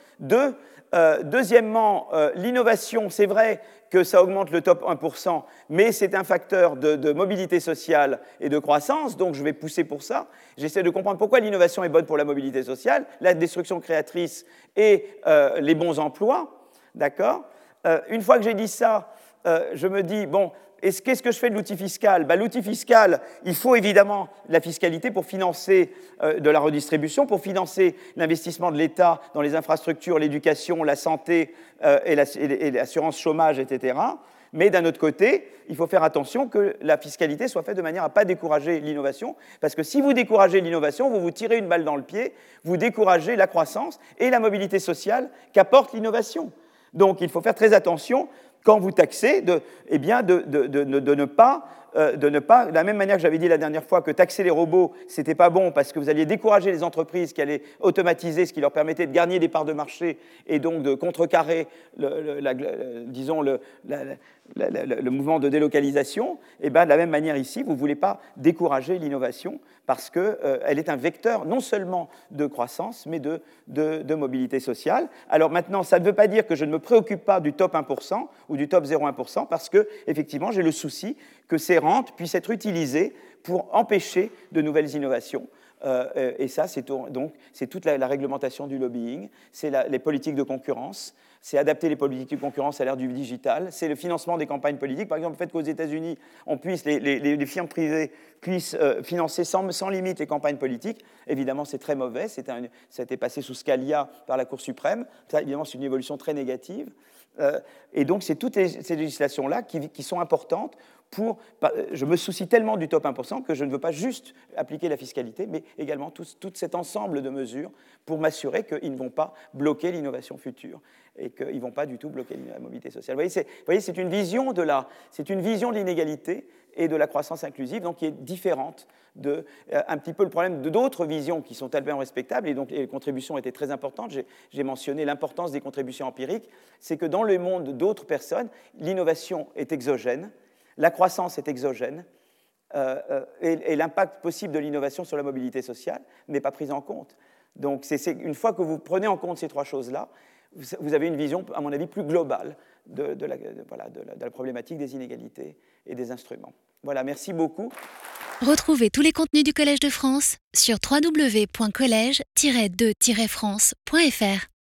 Deuxièmement, l'innovation, c'est vrai que ça augmente le top 1%, mais c'est un facteur de mobilité sociale et de croissance, donc je vais pousser pour ça. J'essaie de comprendre pourquoi l'innovation est bonne pour la mobilité sociale, la destruction créatrice et les bons emplois, d'accord? Une fois que j'ai dit ça, je me dis, bon, qu'est-ce que je fais de l'outil fiscal? L'outil fiscal, il faut évidemment la fiscalité pour financer de la redistribution, pour financer l'investissement de l'État dans les infrastructures, l'éducation, la santé et l'assurance chômage, etc. Mais d'un autre côté, il faut faire attention que la fiscalité soit faite de manière à ne pas décourager l'innovation, parce que si vous découragez l'innovation, vous vous tirez une balle dans le pied, vous découragez la croissance et la mobilité sociale qu'apporte l'innovation. Donc il faut faire très attention quand vous taxez, de ne pas, de la même manière que j'avais dit la dernière fois, que taxer les robots, ce n'était pas bon parce que vous alliez décourager les entreprises qui allaient automatiser, ce qui leur permettait de gagner des parts de marché et donc de contrecarrer le mouvement de délocalisation. Et bien, de la même manière ici, vous ne voulez pas décourager l'innovation parce qu'elle est un vecteur non seulement de croissance, mais de mobilité sociale. Alors maintenant, ça ne veut pas dire que je ne me préoccupe pas du top 1% ou du top 0,1%, parce que, effectivement, j'ai le souci que ces rentes puissent être utilisées pour empêcher de nouvelles innovations. Et ça, c'est toute la réglementation du lobbying, c'est les politiques de concurrence, c'est adapter les politiques de concurrence à l'ère du digital, c'est le financement des campagnes politiques. Par exemple, le fait qu'aux États-Unis, les firmes privées puissent financer sans limite les campagnes politiques, évidemment, c'est très mauvais. Ça a été passé sous Scalia par la Cour suprême. Ça, évidemment, c'est une évolution très négative. Et donc, c'est toutes ces législations-là qui sont importantes pour... Je me soucie tellement du top 1% que je ne veux pas juste appliquer la fiscalité, mais également tout cet ensemble de mesures pour m'assurer qu'ils ne vont pas bloquer l'innovation future et qu'ils ne vont pas du tout bloquer la mobilité sociale. Vous voyez, c'est une vision de l'inégalité et de la croissance inclusive, donc qui est différente un petit peu le problème d'autres visions qui sont tellement respectables, et donc les contributions étaient très importantes. J'ai mentionné l'importance des contributions empiriques. C'est que dans le monde d'autres personnes, l'innovation est exogène, la croissance est exogène, et l'impact possible de l'innovation sur la mobilité sociale n'est pas pris en compte. Donc une fois que vous prenez en compte ces trois choses-là, vous avez une vision, à mon avis, plus globale de la problématique des inégalités et des instruments. Voilà, merci beaucoup. Retrouvez tous les contenus du Collège de France sur www.collège-2-france.fr.